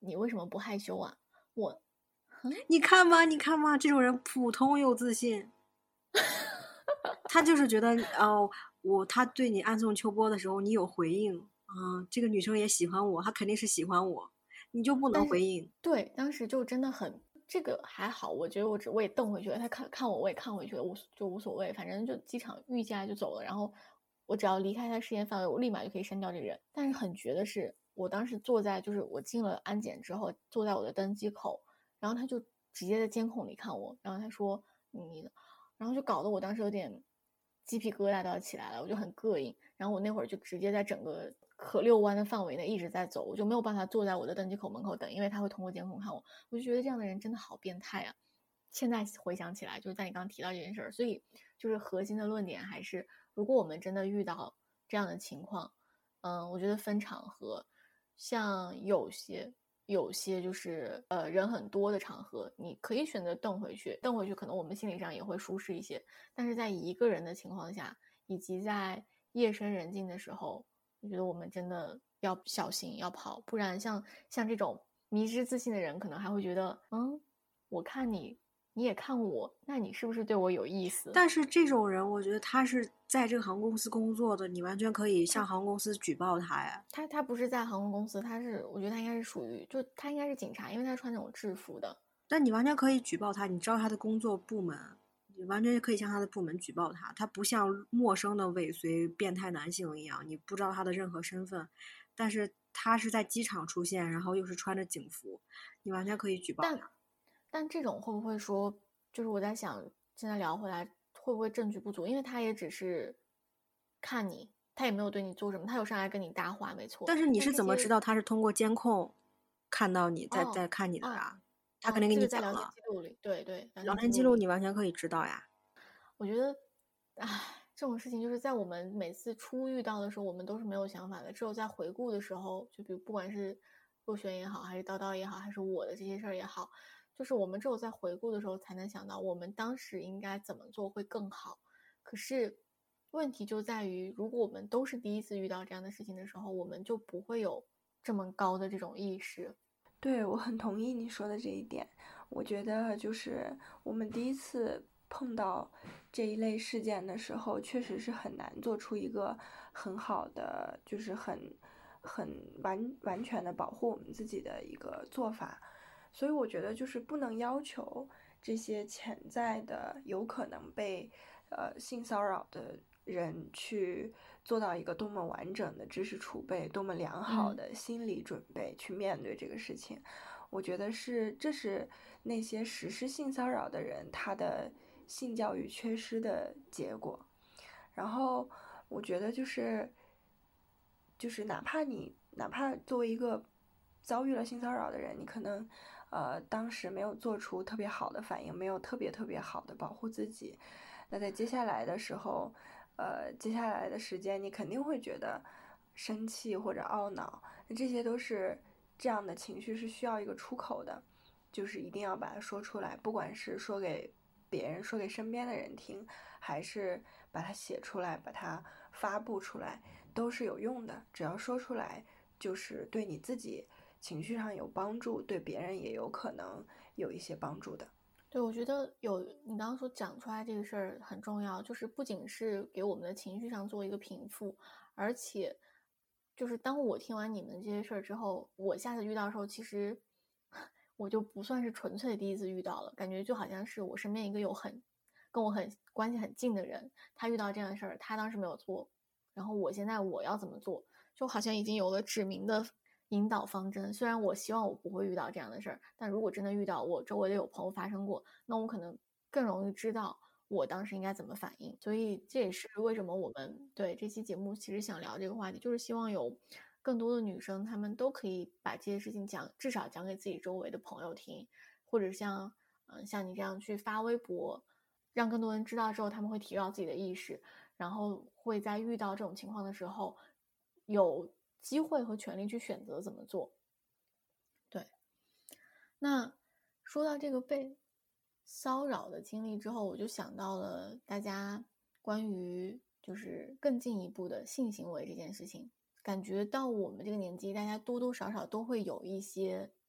你为什么不害羞啊？ 你看吧，你看吧，这种人普通又自信，他就是觉得他对你暗送秋波的时候，你有回应这个女生也喜欢我，她肯定是喜欢我，你就不能回应。 对，当时就真的很，这个还好，我觉得我也瞪回去了，他看我，我也看回去了，就无所谓，反正就机场遇见就走了，然后我只要离开他视线范围，我立马就可以删掉这个人。但是很绝的是，我当时坐在就是我进了安检之后，坐在我的登机口，然后他就直接在监控里看我，然后他说你，然后就搞得我当时有点鸡皮疙瘩都要起来了，我就很膈应。然后我那会儿就直接在整个可遛弯的范围内一直在走，我就没有办法坐在我的登机口门口等，因为他会通过监控看我。我就觉得这样的人真的好变态啊！现在回想起来，就是在你刚刚提到这件事儿，所以就是核心的论点还是，如果我们真的遇到这样的情况，我觉得分场合，像有些就是人很多的场合，你可以选择瞪回去，可能我们心理上也会舒适一些。但是在一个人的情况下，以及在夜深人静的时候，我觉得我们真的要小心，要跑，不然像这种迷之自信的人，可能还会觉得，我看你，你也看我，那你是不是对我有意思？ 但是这种人，我觉得他是在这个航空公司工作的，你完全可以向航空公司举报他呀。 他不是在航空公司，我觉得他应该是属于，就他应该是警察，因为他穿那种制服的。 但你完全可以举报他，你知道他的工作部门，你完全可以向他的部门举报他。他不像陌生的尾随变态男性一样，你不知道他的任何身份，但是他是在机场出现，然后又是穿着警服，你完全可以举报他。 但这种会不会说，就是我在想，现在聊回来，会不会证据不足？因为他也只是看你，他也没有对你做什么，他有上来跟你搭话，没错。 但是你是怎么知道他是通过监控看到你在看你的啊？他肯定给你讲了。 这个在聊天记录里，对， 聊天记录你完全可以知道呀。 我觉得，这种事情就是在我们每次初遇到的时候，我们都是没有想法的。只有在回顾的时候，就比如不管是若瑄也好，还是叨叨也好，还是我的这些事儿也好，就是我们只有在回顾的时候才能想到我们当时应该怎么做会更好。可是问题就在于，如果我们都是第一次遇到这样的事情的时候，我们就不会有这么高的这种意识。 对，我很同意你说的这一点。我觉得就是我们第一次碰到这一类事件的时候，确实是很难做出一个很好的，就是很完全的保护我们自己的一个做法。所以我觉得就是不能要求这些潜在的有可能被性骚扰的人去做到一个多么完整的知识储备，多么良好的心理准备去面对这个事情。我觉得这是那些实施性骚扰的人他的性教育缺失的结果。然后我觉得就是哪怕作为一个遭遇了性骚扰的人，你可能当时没有做出特别好的反应，没有特别好的保护自己，那在接下来的时候，接下来的时间你肯定会觉得生气或者懊恼，那这些都是这样的情绪是需要一个出口的，就是一定要把它说出来，不管是说给别人，说给身边的人听，还是把它写出来，把它发布出来，都是有用的。只要说出来，就是对你自己情绪上有帮助，对别人也有可能有一些帮助的。 对，我觉得你刚刚说讲出来这个事儿很重要，就是不仅是给我们的情绪上做一个平复，而且就是当我听完你们这些事儿之后，我下次遇到的时候，其实我就不算是纯粹第一次遇到了，感觉就好像是我身边一个跟我关系很近的人，他遇到这样的事儿，他当时没有做，然后现在我要怎么做，就好像已经有了指明的引导方针。虽然我希望我不会遇到这样的事儿，但如果真的遇到，我周围的有朋友发生过，那我可能更容易知道我当时应该怎么反应。所以这也是为什么我们对这期节目其实想聊这个话题，就是希望有更多的女生她们都可以把这些事情至少讲给自己周围的朋友听，或者像你这样去发微博，让更多人知道之后，他们会提高自己的意识，然后会在遇到这种情况的时候有机会和权利去选择怎么做。对，那说到这个被骚扰的经历之后，我就想到了大家关于就是更进一步的性行为这件事情。感觉到我们这个年纪，大家多多少少都会有一些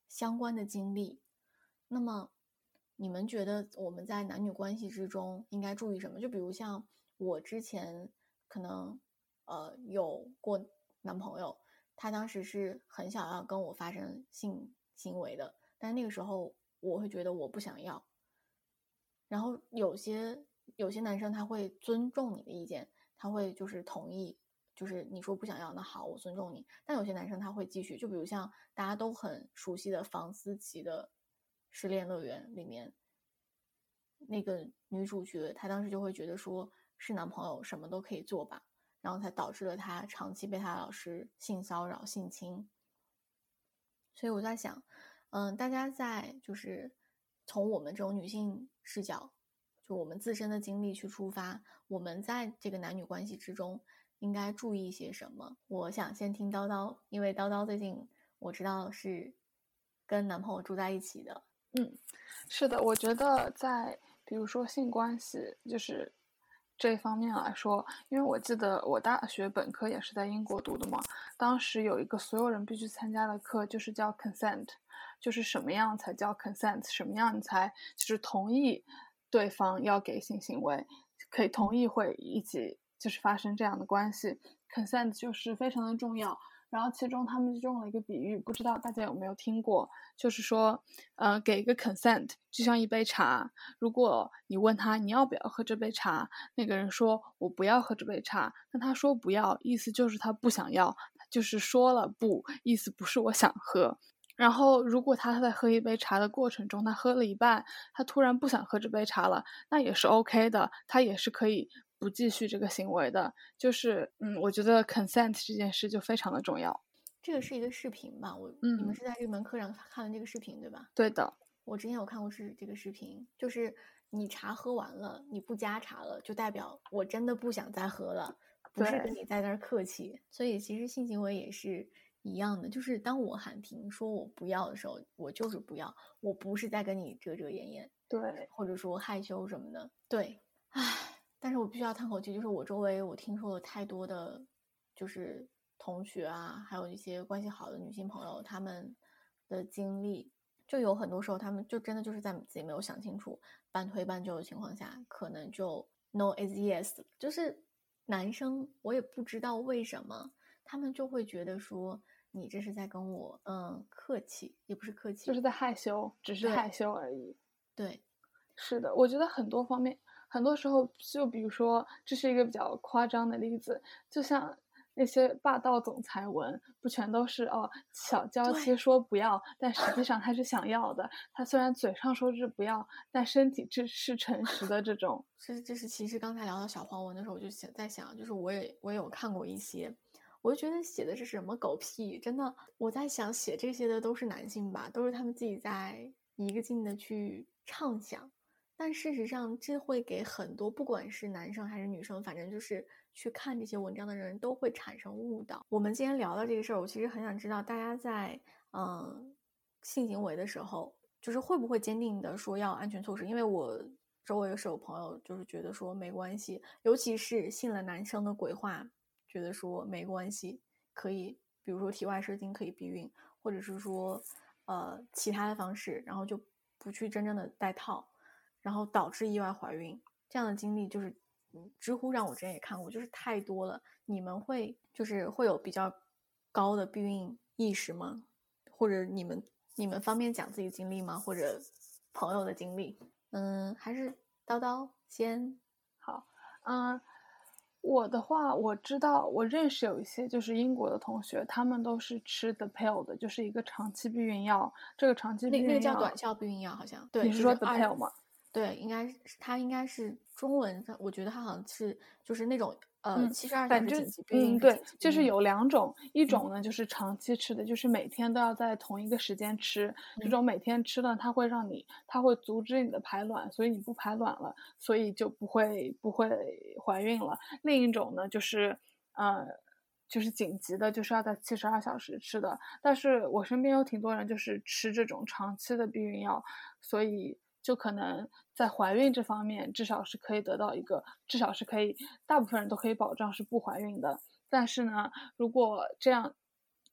相关的经历。那么你们觉得我们在男女关系之中应该注意什么？就比如像我之前可能有过男朋友，他当时是很想要跟我发生性行为的，但那个时候我会觉得我不想要。然后有些男生他会尊重你的意见，他会就是同意，就是你说不想要，那好，我尊重你。但有些男生他会继续，就比如像大家都很熟悉的房思琪的失恋乐园里面，那个女主角她当时就会觉得说是男朋友什么都可以做吧，然后才导致了她长期被她老师性骚扰性侵。所以我在想大家在就是从我们这种女性视角，就我们自身的经历去出发，我们在这个男女关系之中应该注意一些什么。我想先听叨叨，因为叨叨最近我知道是跟男朋友住在一起的。 是的，我觉得在比如说性关系就是这一方面来说，因为我记得我大学本科也是在英国读的嘛，当时有一个所有人必须参加的课，就是叫 consent， 就是什么样才叫 consent， 什么样你才就是同意对方要给性行为，可以同意会一起就是发生这样的关系 ，consent 就是非常的重要。然后其中他们就用了一个比喻，不知道大家有没有听过，就是说，给一个 consent 就像一杯茶，如果你问他你要不要喝这杯茶，那个人说我不要喝这杯茶，那他说不要，意思就是他不想要，就是说了不，意思不是我想喝。然后如果他在喝一杯茶的过程中，他喝了一半，他突然不想喝这杯茶了，那也是 OK 的，他也是可以不继续这个行为的。就是我觉得 consent 这件事就非常的重要。 这个是一个视频吧？你们是在这门课上看了这个视频对吧？ 对的， 我之前有看过这个视频，就是你茶喝完了，你不加茶了，就代表我真的不想再喝了，不是跟你在那儿客气。所以其实性行为也是一样的，就是当我喊停说我不要的时候，我就是不要，我不是在跟你遮遮掩掩， 对， 或者说害羞什么的，对，但是我必须要叹口气，就是我周围我听说了太多的，就是同学啊，还有一些关系好的女性朋友，他们的经历，就有很多时候他们就真的就是在自己没有想清楚，半推半就的情况下，可能就 no is yes， 就是男生我也不知道为什么，他们就会觉得说你这是在跟我客气，也不是客气， 就是在害羞，只是害羞而已。 对， 是的，我觉得很多方面，很多时候就比如说，这是一个比较夸张的例子，就像那些霸道总裁文，不全都是小娇妻说不要，但实际上他是想要的。他虽然嘴上说是不要，但身体是诚实的这种。 这是其实刚才聊到小黄文的时候，我就在想，就是我也有看过一些，我就觉得写的是什么狗屁，真的，我在想写这些的都是男性吧，都是他们自己在一个劲的去畅想。但事实上，这会给很多不管是男生还是女生，反正就是去看这些文章的人都会产生误导。我们今天聊到这个事儿，我其实很想知道大家在性行为的时候，就是会不会坚定的说要安全措施？因为我周围是有朋友就是觉得说没关系，尤其是信了男生的鬼话，觉得说没关系，可以，比如说体外射精可以避孕，或者是说其他的方式，然后就不去真正的戴套。然后导致意外怀孕，这样的经历就是知乎让我之前也看过，就是太多了。你们会有比较高的避孕意识吗？或者你们方便讲自己经历吗？或者朋友的经历？还是叨叨先好。我的话，我知道，我认识有一些就是英国的同学，他们都是吃 the pill 的，就是一个长期避孕药。这个长期避孕药那个叫短效避孕药，好像对。 你是说 the pill 吗？ 对，它应该是中文，我觉得它好像是就是那种72小时紧急避孕。 对，就是有两种，一种呢就是长期吃的，就是每天都要在同一个时间吃，这种每天吃的它会阻止你的排卵，所以你不排卵了，所以就不会怀孕了。另一种呢就是就是紧急的，就是要在72小时吃的。但是我身边有挺多人就是吃这种长期的避孕药，所以就可能在怀孕这方面至少是可以得到至少是可以，大部分人都可以保障是不怀孕的。但是呢，如果这样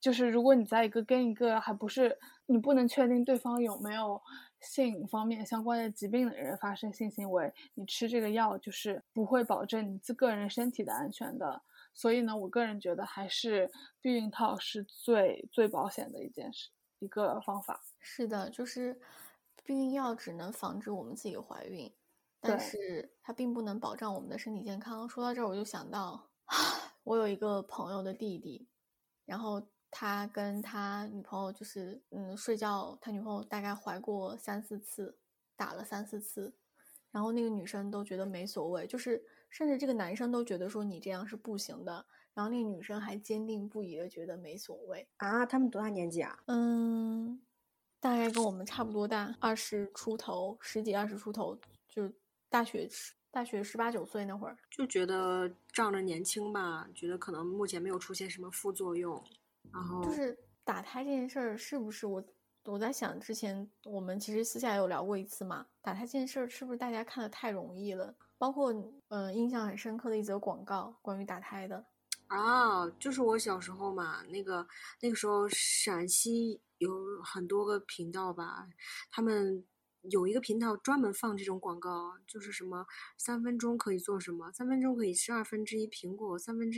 就是如果你在跟一个还不是你不能确定对方有没有性方面相关的疾病的人发生性行为，你吃这个药就是不会保证你个人身体的安全的。所以呢，我个人觉得还是避孕套是最保险的一个方法。 是的，就是避孕药只能防止我们自己怀孕，但是它并不能保障我们的身体健康。说到这儿，我就想到，我有一个朋友的弟弟，然后他跟他女朋友就是睡觉，他女朋友大概怀过3-4次，打了3-4次，然后那个女生都觉得没所谓，就是甚至这个男生都觉得说你这样是不行的，然后那个女生还坚定不移的觉得没所谓啊。他们多大年纪啊？ 大概跟我们差不多大，20出头，10几20出头，就大学18、19岁那会儿， 就觉得仗着年轻吧，觉得可能目前没有出现什么副作用，然后就是打胎这件事儿是不是我在想，之前我们其实私下有聊过一次嘛，打胎这件事儿是不是大家看得太容易了？包括印象很深刻的一则广告，关于打胎的啊，就是我小时候嘛，那个时候陕西有很多个频道吧，他们有一个频道专门放这种广告，就是什么3分钟可以做什么，3分钟可以吃1/2苹果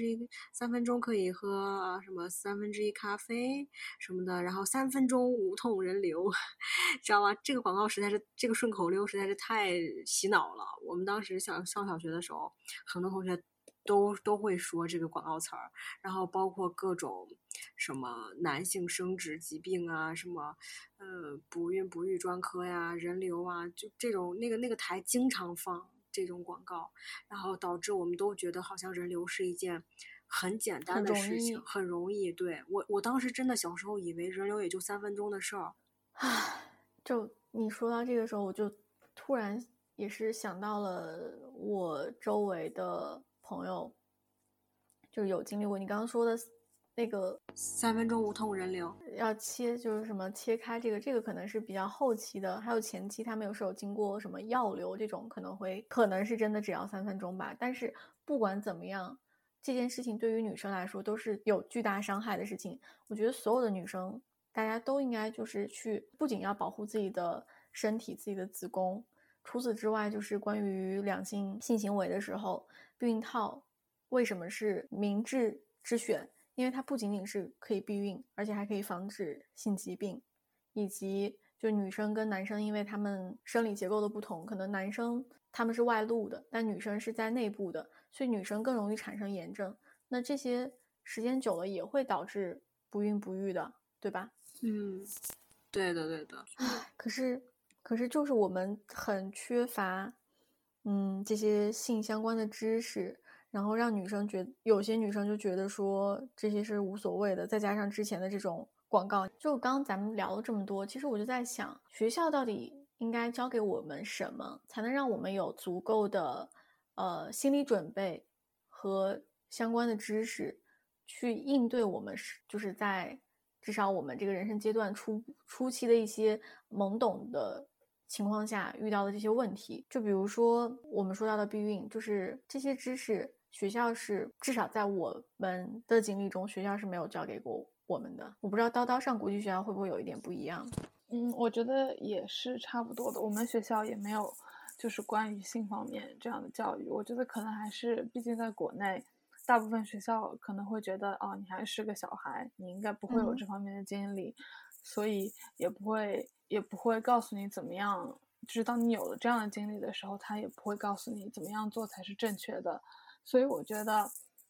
，3分钟可以喝什么1/3咖啡什么的，然后3分钟无痛人流，知道吧？这个广告实在是这个顺口溜实在是太洗脑了。我们当时上小学的时候，很多同学都会说这个广告词儿，然后包括各种什么男性生殖疾病啊，什么不孕不育专科呀，人流啊，就这种那个台经常放这种广告，然后导致我们都觉得好像人流是一件很简单的事情，很容易。对，我当时真的小时候以为人流也就3分钟的事儿。 就你说到这个时候，我就突然也是想到了我周围的朋友，就有经历过你刚刚说的那个 3分钟无痛人流， 要就是什么切开这个可能是比较后期的，还有前期他们有时候经过什么药流这种，可能是真的只要3分钟吧。但是不管怎么样，这件事情对于女生来说都是有巨大伤害的事情。我觉得所有的女生大家都应该就是不仅要保护自己的身体、自己的子宫，除此之外，就是关于两性性行为的时候，避孕套为什么是明智之选？因为它不仅仅是可以避孕，而且还可以防止性疾病，以及就女生跟男生，因为他们生理结构的不同，可能男生他们是外露的，但女生是在内部的，所以女生更容易产生炎症。那这些时间久了也会导致不孕不育的，对吧？ 对的。 可是就是我们很缺乏这些性相关的知识，然后让女生有些女生就觉得说这些是无所谓的，再加上之前的这种广告，就刚刚咱们聊了这么多，其实我就在想，学校到底应该教给我们什么，才能让我们有足够的心理准备和相关的知识去应对我们就是在至少我们这个人生阶段初期的一些懵懂的情况下遇到的这些问题。就比如说我们说到的避孕，就是这些知识学校是至少在我们的经历中，学校是没有教给过我们的。我不知道叨叨上国际学校会不会有一点不一样。 我觉得也是差不多的，我们学校也没有就是关于性方面这样的教育。我觉得可能还是毕竟在国内大部分学校可能会觉得你还是个小孩，你应该不会有这方面的经历，所以也不会告诉你怎么样，就是当你有了这样的经历的时候，他也不会告诉你怎么样做才是正确的。所以我觉得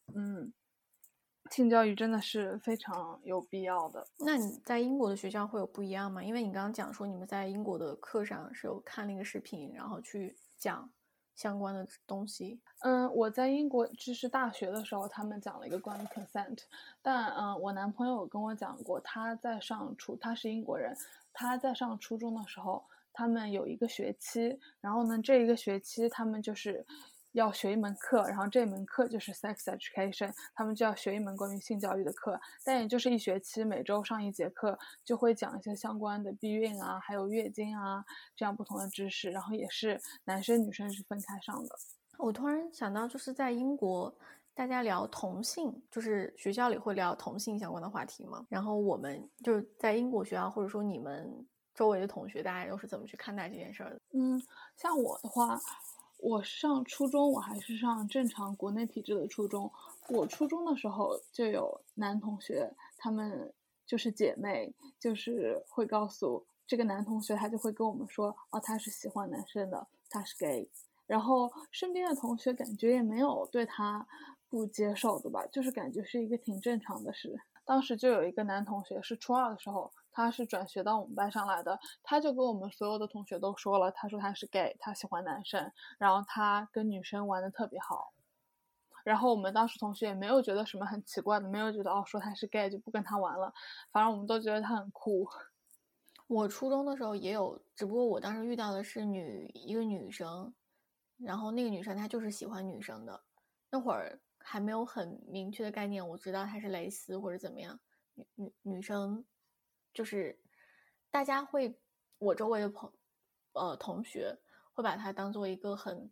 性教育真的是非常有必要的。 那你在英国的学校会有不一样吗？因为你刚刚讲说你们在英国的课上是有看那个视频，然后去讲相关的东西。 我在英国就是大学的时候，他们讲了一个关于 consent， 但我男朋友跟我讲过，他是英国人，他在上初中的时候，他们有一个学期，然后呢，这一个学期他们就是要学一门课，然后这门课就是 sex education， 他们就要学一门关于性教育的课，但也就是一学期，每周上1节课，就会讲一些相关的避孕啊，还有月经啊，这样不同的知识，然后也是男生女生是分开上的。 我突然想到，就是在英国大家聊同性，就是学校里会聊同性相关的话题吗？然后我们就是在英国学校，或者说你们周围的同学，大家又是怎么去看待这件事儿的？ 像我的话，我上初中，我还是上正常国内体制的初中。我初中的时候就有男同学，他们就是姐妹，就是会告诉这个男同学，他就会跟我们说，哦，他是喜欢男生的，他是 gay。然后身边的同学感觉也没有对他不接受的吧，就是感觉是一个挺正常的事。当时就有一个男同学是初二的时候，他是转学到我们班上来的，他就跟我们所有的同学都说了，他说他是 gay，他喜欢男生，然后他跟女生玩的特别好。然后我们当时同学也没有觉得什么很奇怪的，没有觉得说他是 gay 就不跟他玩了，反正我们都觉得他很酷。 我初中的时候也有，只不过我当时遇到的是一个女生，然后那个女生她就是喜欢女生的，那会儿还没有很明确的概念，我知道她是蕾丝或者怎么样。女生就是大家会，我周围的同学会把她当做一个很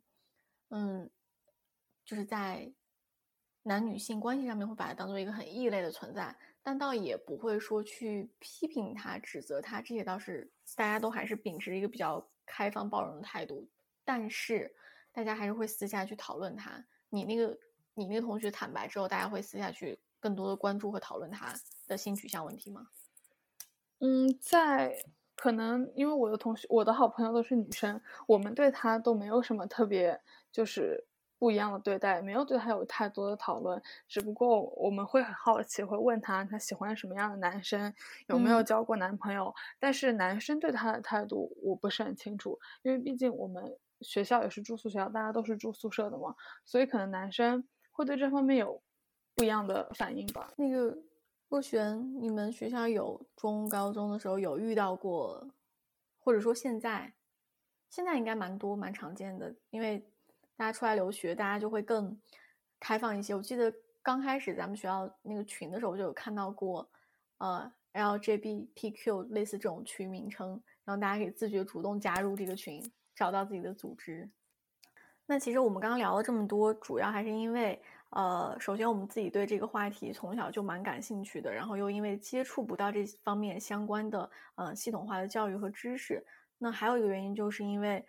就是在男女性关系上面会把它当做一个很异类的存在，但倒也不会说去批评他、指责他，这些倒是大家都还是秉持一个比较开放包容的态度。但是大家还是会私下去讨论他。你那个同学坦白之后，大家会私下去更多的关注和讨论他的性取向问题吗？ 在可能因为我的同学，我的好朋友都是女生，我们对她都没有什么特别就是不一样的对待，没有对她有太多的讨论，只不过我们会很好奇，会问她喜欢什么样的男生，有没有交过男朋友，但是男生对她的态度我不是很清楚，因为毕竟我们学校也是住宿学校，大家都是住宿舍的嘛，所以可能男生会对这方面有不一样的反应吧。 那个若璇，你们学校有高中的时候有遇到过，或者说现在应该蛮多蛮常见的，因为大家出来留学，大家就会更开放一些。我记得刚开始咱们学校那个群的时候，就有看到过LGBTQ 类似这种群名称，然后大家可以自觉主动加入这个群，找到自己的组织。那其实我们刚刚聊了这么多，主要还是因为首先我们自己对这个话题从小就蛮感兴趣的，然后又因为接触不到这方面相关的系统化的教育和知识。那还有一个原因就是因为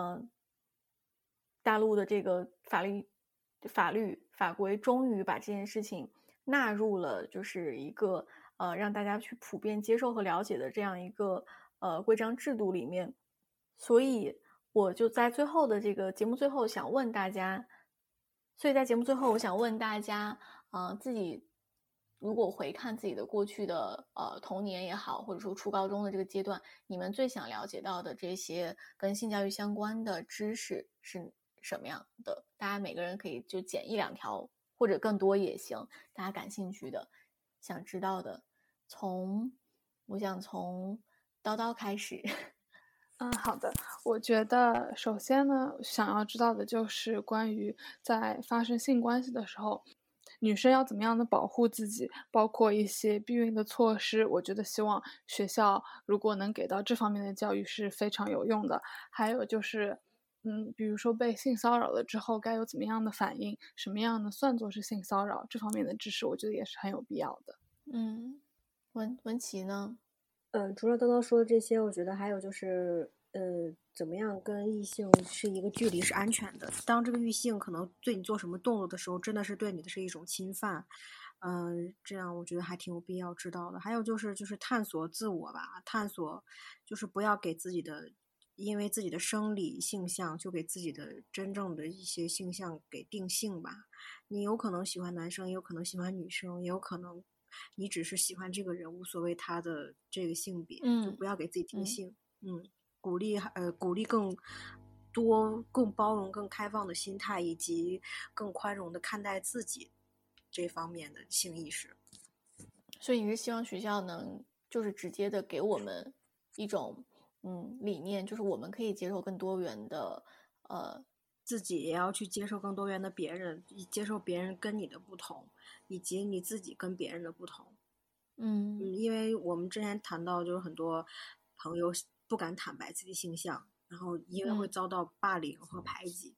大陆的这个法规终于把这件事情纳入了，就是一个让大家去普遍接受和了解的这样一个规章制度里面，所以我就在最后的这个节目最后想问大家，我想问大家，自己如果回看自己的过去的童年也好，或者说初高中的这个阶段，你们最想了解到的这些跟性教育相关的知识是什么样的？大家每个人可以就捡一两条，或者更多也行，大家感兴趣的、想知道的。我想从叨叨开始。 好的，我觉得首先呢，想要知道的就是关于在发生性关系的时候，女生要怎么样的保护自己，包括一些避孕的措施。我觉得希望学校如果能给到这方面的教育是非常有用的。还有就是，比如说被性骚扰了之后该有怎么样的反应，什么样的算作是性骚扰，这方面的知识我觉得也是很有必要的。 文琪呢？ 除了叨叨说的这些，我觉得还有就是，怎么样跟异性是一个距离是安全的。当这个异性可能对你做什么动作的时候，真的是对你的是一种侵犯，这样我觉得还挺有必要知道的。还有就是探索自我吧，探索就是不要给自己的，因为自己的生理性向就给自己的真正的一些性向给定性吧。你有可能喜欢男生，也有可能喜欢女生，也有可能你只是喜欢这个人，无所谓他的这个性别，就不要给自己定性。鼓励更多、更包容、更开放的心态，以及更宽容的看待自己这方面的性意识。 所以你是希望学校能就是直接的给我们一种理念，就是我们可以接受更多元的自己也要去接受更多元的别人，接受别人跟你的不同，以及你自己跟别人的不同。因为我们之前谈到，就是很多朋友不敢坦白自己性向，然后因为会遭到霸凌和排挤。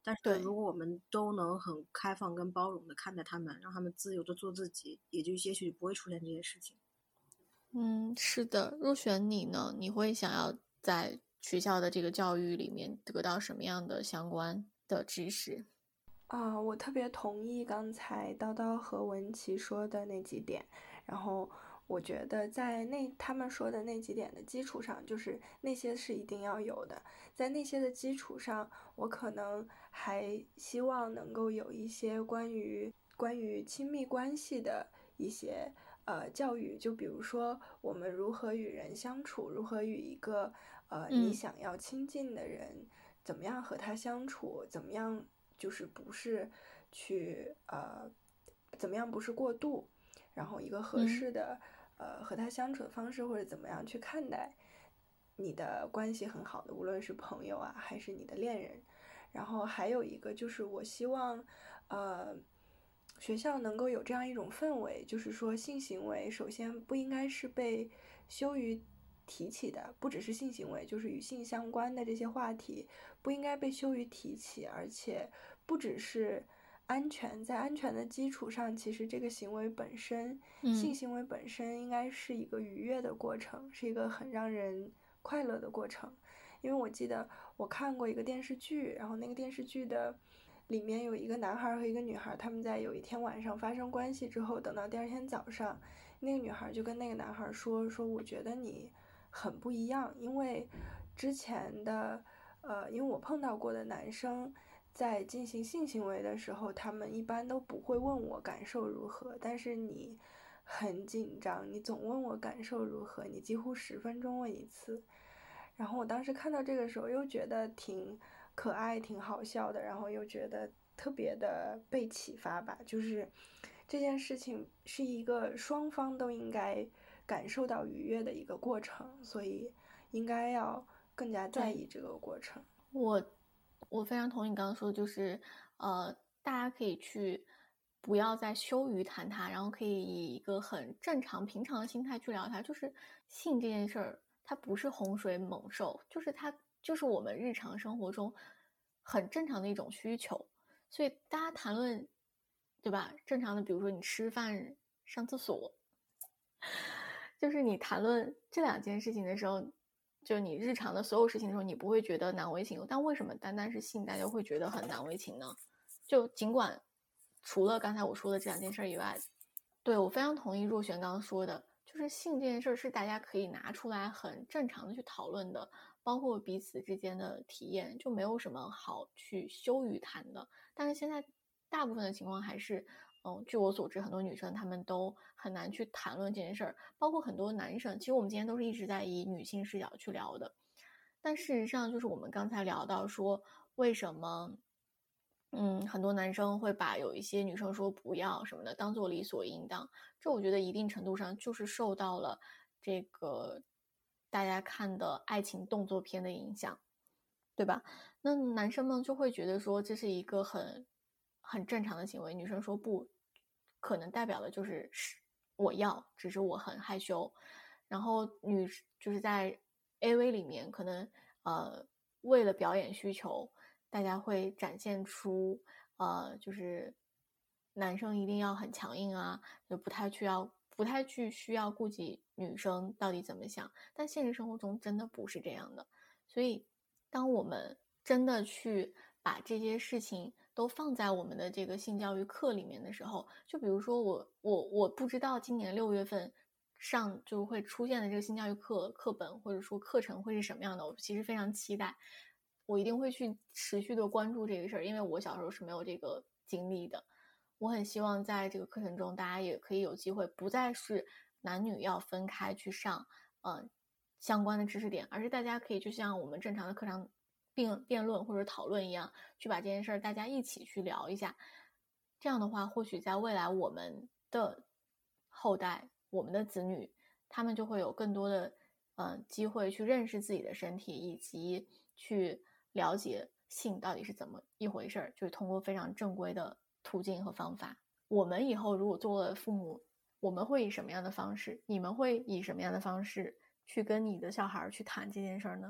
但是对如果我们都能很开放跟包容的看待他们，让他们自由的做自己，也许不会出现这些事情。 是的。入选你呢？你会想要在学校的这个教育里面得到什么样的相关的知识？ 我特别同意刚才叨叨和文琪说的那几点，然后我觉得在他们说的那几点的基础上，就是那些是一定要有的，在那些的基础上，我可能还希望能够有一些关于亲密关系的一些教育，就比如说我们如何与人相处，如何与一个你想要亲近的人，怎么样和他相处，怎么样就是不是去怎么样不是过度，然后一个合适的和他相处的方式，或者怎么样去看待你的关系很好的，无论是朋友啊还是你的恋人。然后还有一个就是我希望学校能够有这样一种氛围，就是说性行为首先不应该是被羞于提起的，不只是性行为，就是与性相关的这些话题不应该被羞于提起，而且不只是安全，在安全的基础上，其实这个行为本身，性行为本身应该是一个愉悦的过程，是一个很让人快乐的过程。因为我记得我看过一个电视剧，然后那个电视剧的里面有一个男孩和一个女孩，他们在有一天晚上发生关系之后，等到第二天早上，那个女孩就跟那个男孩说我觉得你很不一样，因为之前的因为我碰到过的男生在进行性行为的时候，他们一般都不会问我感受如何，但是你很紧张，你总问我感受如何，你几乎10分钟问一次。然后我当时看到这个时候又觉得挺可爱挺好笑的，然后又觉得特别的被启发吧，就是这件事情是一个双方都应该感受到愉悦的一个过程，所以应该要更加在意这个过程。 我非常同意你刚刚说的，就是大家可以去不要再羞于谈它，然后可以以一个很正常平常的心态去聊它。就是性这件事儿，它不是洪水猛兽，就是它就是我们日常生活中很正常的一种需求。所以大家谈论，对吧？正常的，比如说你吃饭、上厕所，就是你谈论这2件事情的时候，就你日常的所有事情的时候，你不会觉得难为情。但为什么单单是性大家会觉得很难为情呢？就尽管除了刚才我说的这2件事以外，对，我非常同意若璇刚刚说的，就是性这件事是大家可以拿出来很正常的去讨论的，包括彼此之间的体验，就没有什么好去羞于谈的。但是现在大部分的情况还是据我所知，很多女生她们都很难去谈论这件事儿，包括很多男生。其实我们今天都是一直在以女性视角去聊的，但事实上就是我们刚才聊到说，为什么很多男生会把有一些女生说不要什么的当做理所应当，这我觉得一定程度上就是受到了这个大家看的爱情动作片的影响，对吧？那男生们就会觉得说这是一个很正常的行为，女生说不，可能代表的就是我要，只是我很害羞。然后就是在 AV 里面，可能为了表演需求，大家会展现出就是男生一定要很强硬啊，就不太去需要顾及女生到底怎么想。但现实生活中真的不是这样的，所以当我们真的去把这些事情都放在我们的这个性教育课里面的时候，就比如说我不知道今年6月份上就会出现的这个性教育课本或者说课程会是什么样的，我其实非常期待，我一定会去持续的关注这个事儿，因为我小时候是没有这个经历的。我很希望在这个课程中，大家也可以有机会，不再是男女要分开去上相关的知识点，而是大家可以就像我们正常的课堂辩论或者讨论一样，去把这件事儿大家一起去聊一下。这样的话，或许在未来我们的后代，我们的子女，他们就会有更多的机会去认识自己的身体，以及去了解性到底是怎么一回事儿，就是通过非常正规的途径和方法。我们以后如果做了父母，我们会以什么样的方式？你们会以什么样的方式去跟你的小孩去谈这件事儿呢？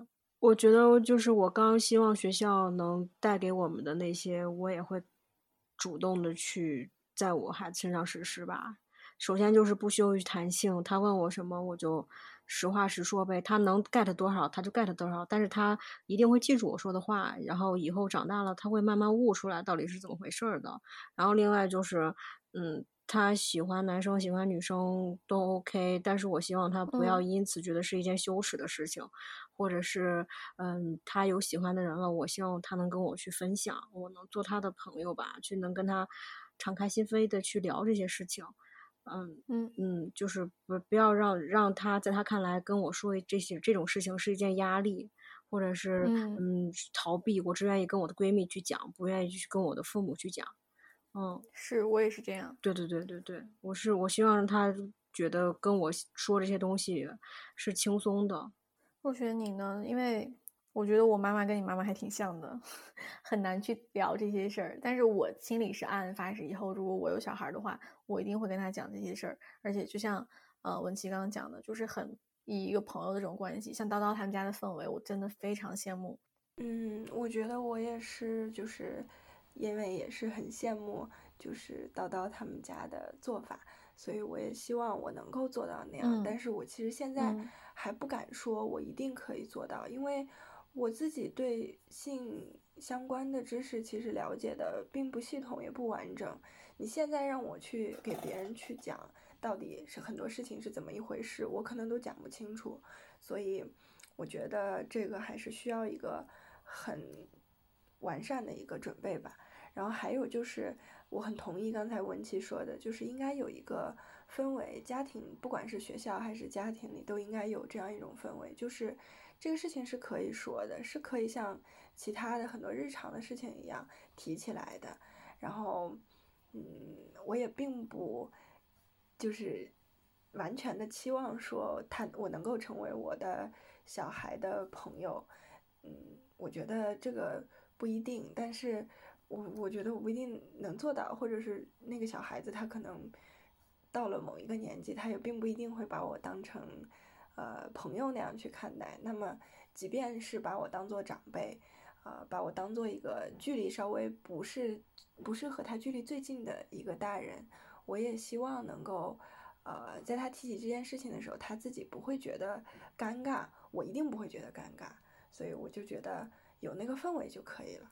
我觉得就是我刚希望学校能带给我们的那些，我也会主动的去在我孩子身上实施吧。首先就是不羞于弹性，他问我什么我就实话实说呗，他能 get 多少他就 get 多少，但是他一定会记住我说的话，然后以后长大了他会慢慢悟出来到底是怎么回事儿的。然后另外就是，他喜欢男生喜欢女生都 OK，但是我希望他不要因此觉得是一件羞耻的事情，或者是，他有喜欢的人了，我希望他能跟我去分享，我能做他的朋友吧，去能跟他敞开心扉的去聊这些事情。就是不要让他在他看来跟我说这种事情是一件压力，或者是逃避，我只愿意跟我的闺蜜去讲，不愿意去跟我的父母去讲。 是我也是这样。 对，我希望让他觉得跟我说这些东西是轻松的。 若雪你呢？因为我觉得我妈妈跟你妈妈还挺像的，很难去聊这些事儿。但是我心里是暗暗发誓，以后如果我有小孩的话，我一定会跟他讲这些事儿。而且就像文琪刚刚讲的，就是很以一个朋友的这种关系，像叨叨他们家的氛围，我真的非常羡慕。 我觉得我也是，就是因为也是很羡慕，就是叨叨他们家的做法，所以我也希望我能够做到那样。但是我其实现在还不敢说我一定可以做到，因为我自己对性相关的知识其实了解的并不系统也不完整。你现在让我去给别人去讲到底是很多事情是怎么一回事，我可能都讲不清楚。所以我觉得这个还是需要一个很完善的一个准备吧。然后还有就是我很同意刚才文琪说的，就是应该有一个氛围，家庭不管是学校还是家庭里都应该有这样一种氛围，就是这个事情是可以说的，是可以像其他的很多日常的事情一样提起来的。然后我也并不就是完全的期望说我能够成为我的小孩的朋友。我觉得这个不一定，但是我觉得我不一定能做到，或者是那个小孩子他可能到了某一个年纪，他也并不一定会把我当成朋友那样去看待。那么即便是把我当做长辈，把我当做一个距离稍微不是和他距离最近的一个大人，我也希望能够在他提起这件事情的时候，他自己不会觉得尴尬，我一定不会觉得尴尬。所以我就觉得有那个氛围就可以了。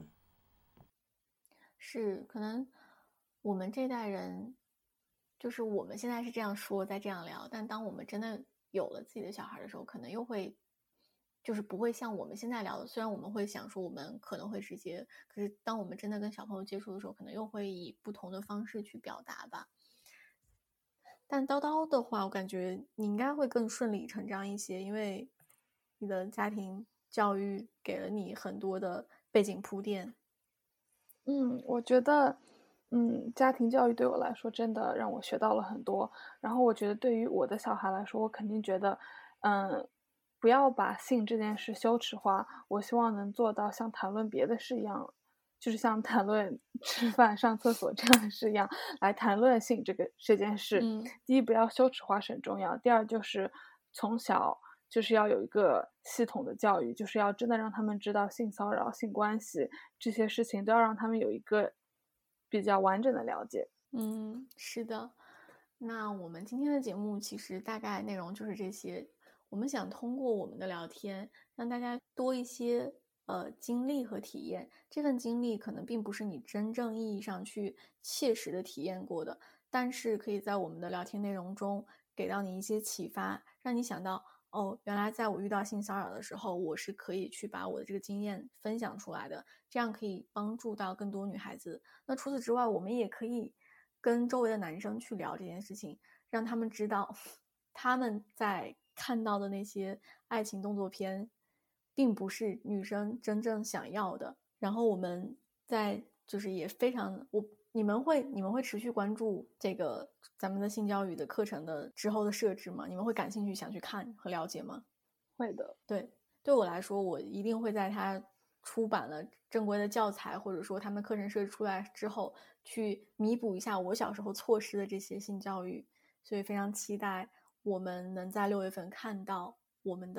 是，可能我们这代人，就是我们现在是这样说，在这样聊，但当我们真的有了自己的小孩的时候，可能又会，就是不会像我们现在聊的。虽然我们会想说我们可能会直接，可是当我们真的跟小朋友接触的时候，可能又会以不同的方式去表达吧。但叨叨的话，我感觉你应该会更顺理成章一些，因为你的家庭教育给了你很多的背景铺垫。 我觉得，家庭教育对我来说真的让我学到了很多。然后我觉得对于我的小孩来说，我肯定觉得，不要把性这件事羞耻化。我希望能做到像谈论别的事一样，就是像谈论吃饭、上厕所这样的事一样来谈论性这件事。第一，不要羞耻化是很重要。第二，就是从小就是要有一个系统的教育，就是要真的让他们知道性骚扰、性关系这些事情，都要让他们有一个比较完整的了解。 是的。那我们今天的节目其实大概内容就是这些。我们想通过我们的聊天，让大家多一些经历和体验。这份经历可能并不是你真正意义上去切实的体验过的，但是可以在我们的聊天内容中给到你一些启发，让你想到原来在我遇到性骚扰的时候，我是可以去把我的这个经验分享出来的，这样可以帮助到更多女孩子。那除此之外，我们也可以跟周围的男生去聊这件事情，让他们知道他们在看到的那些爱情动作片并不是女生真正想要的。然后我们在就是也非常你们会持续关注这个咱们的性教育的课程的之后的设置吗？你们会感兴趣想去看和了解吗？ 会的。 对我来说，我一定会在它出版了正规的教材，或者说他们课程设置出来之后，去弥补一下我小时候错失的这些性教育。所以非常期待我们能在6月份看到我们的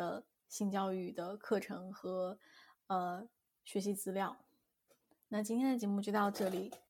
性教育的课程和学习资料。那今天的节目就到这里，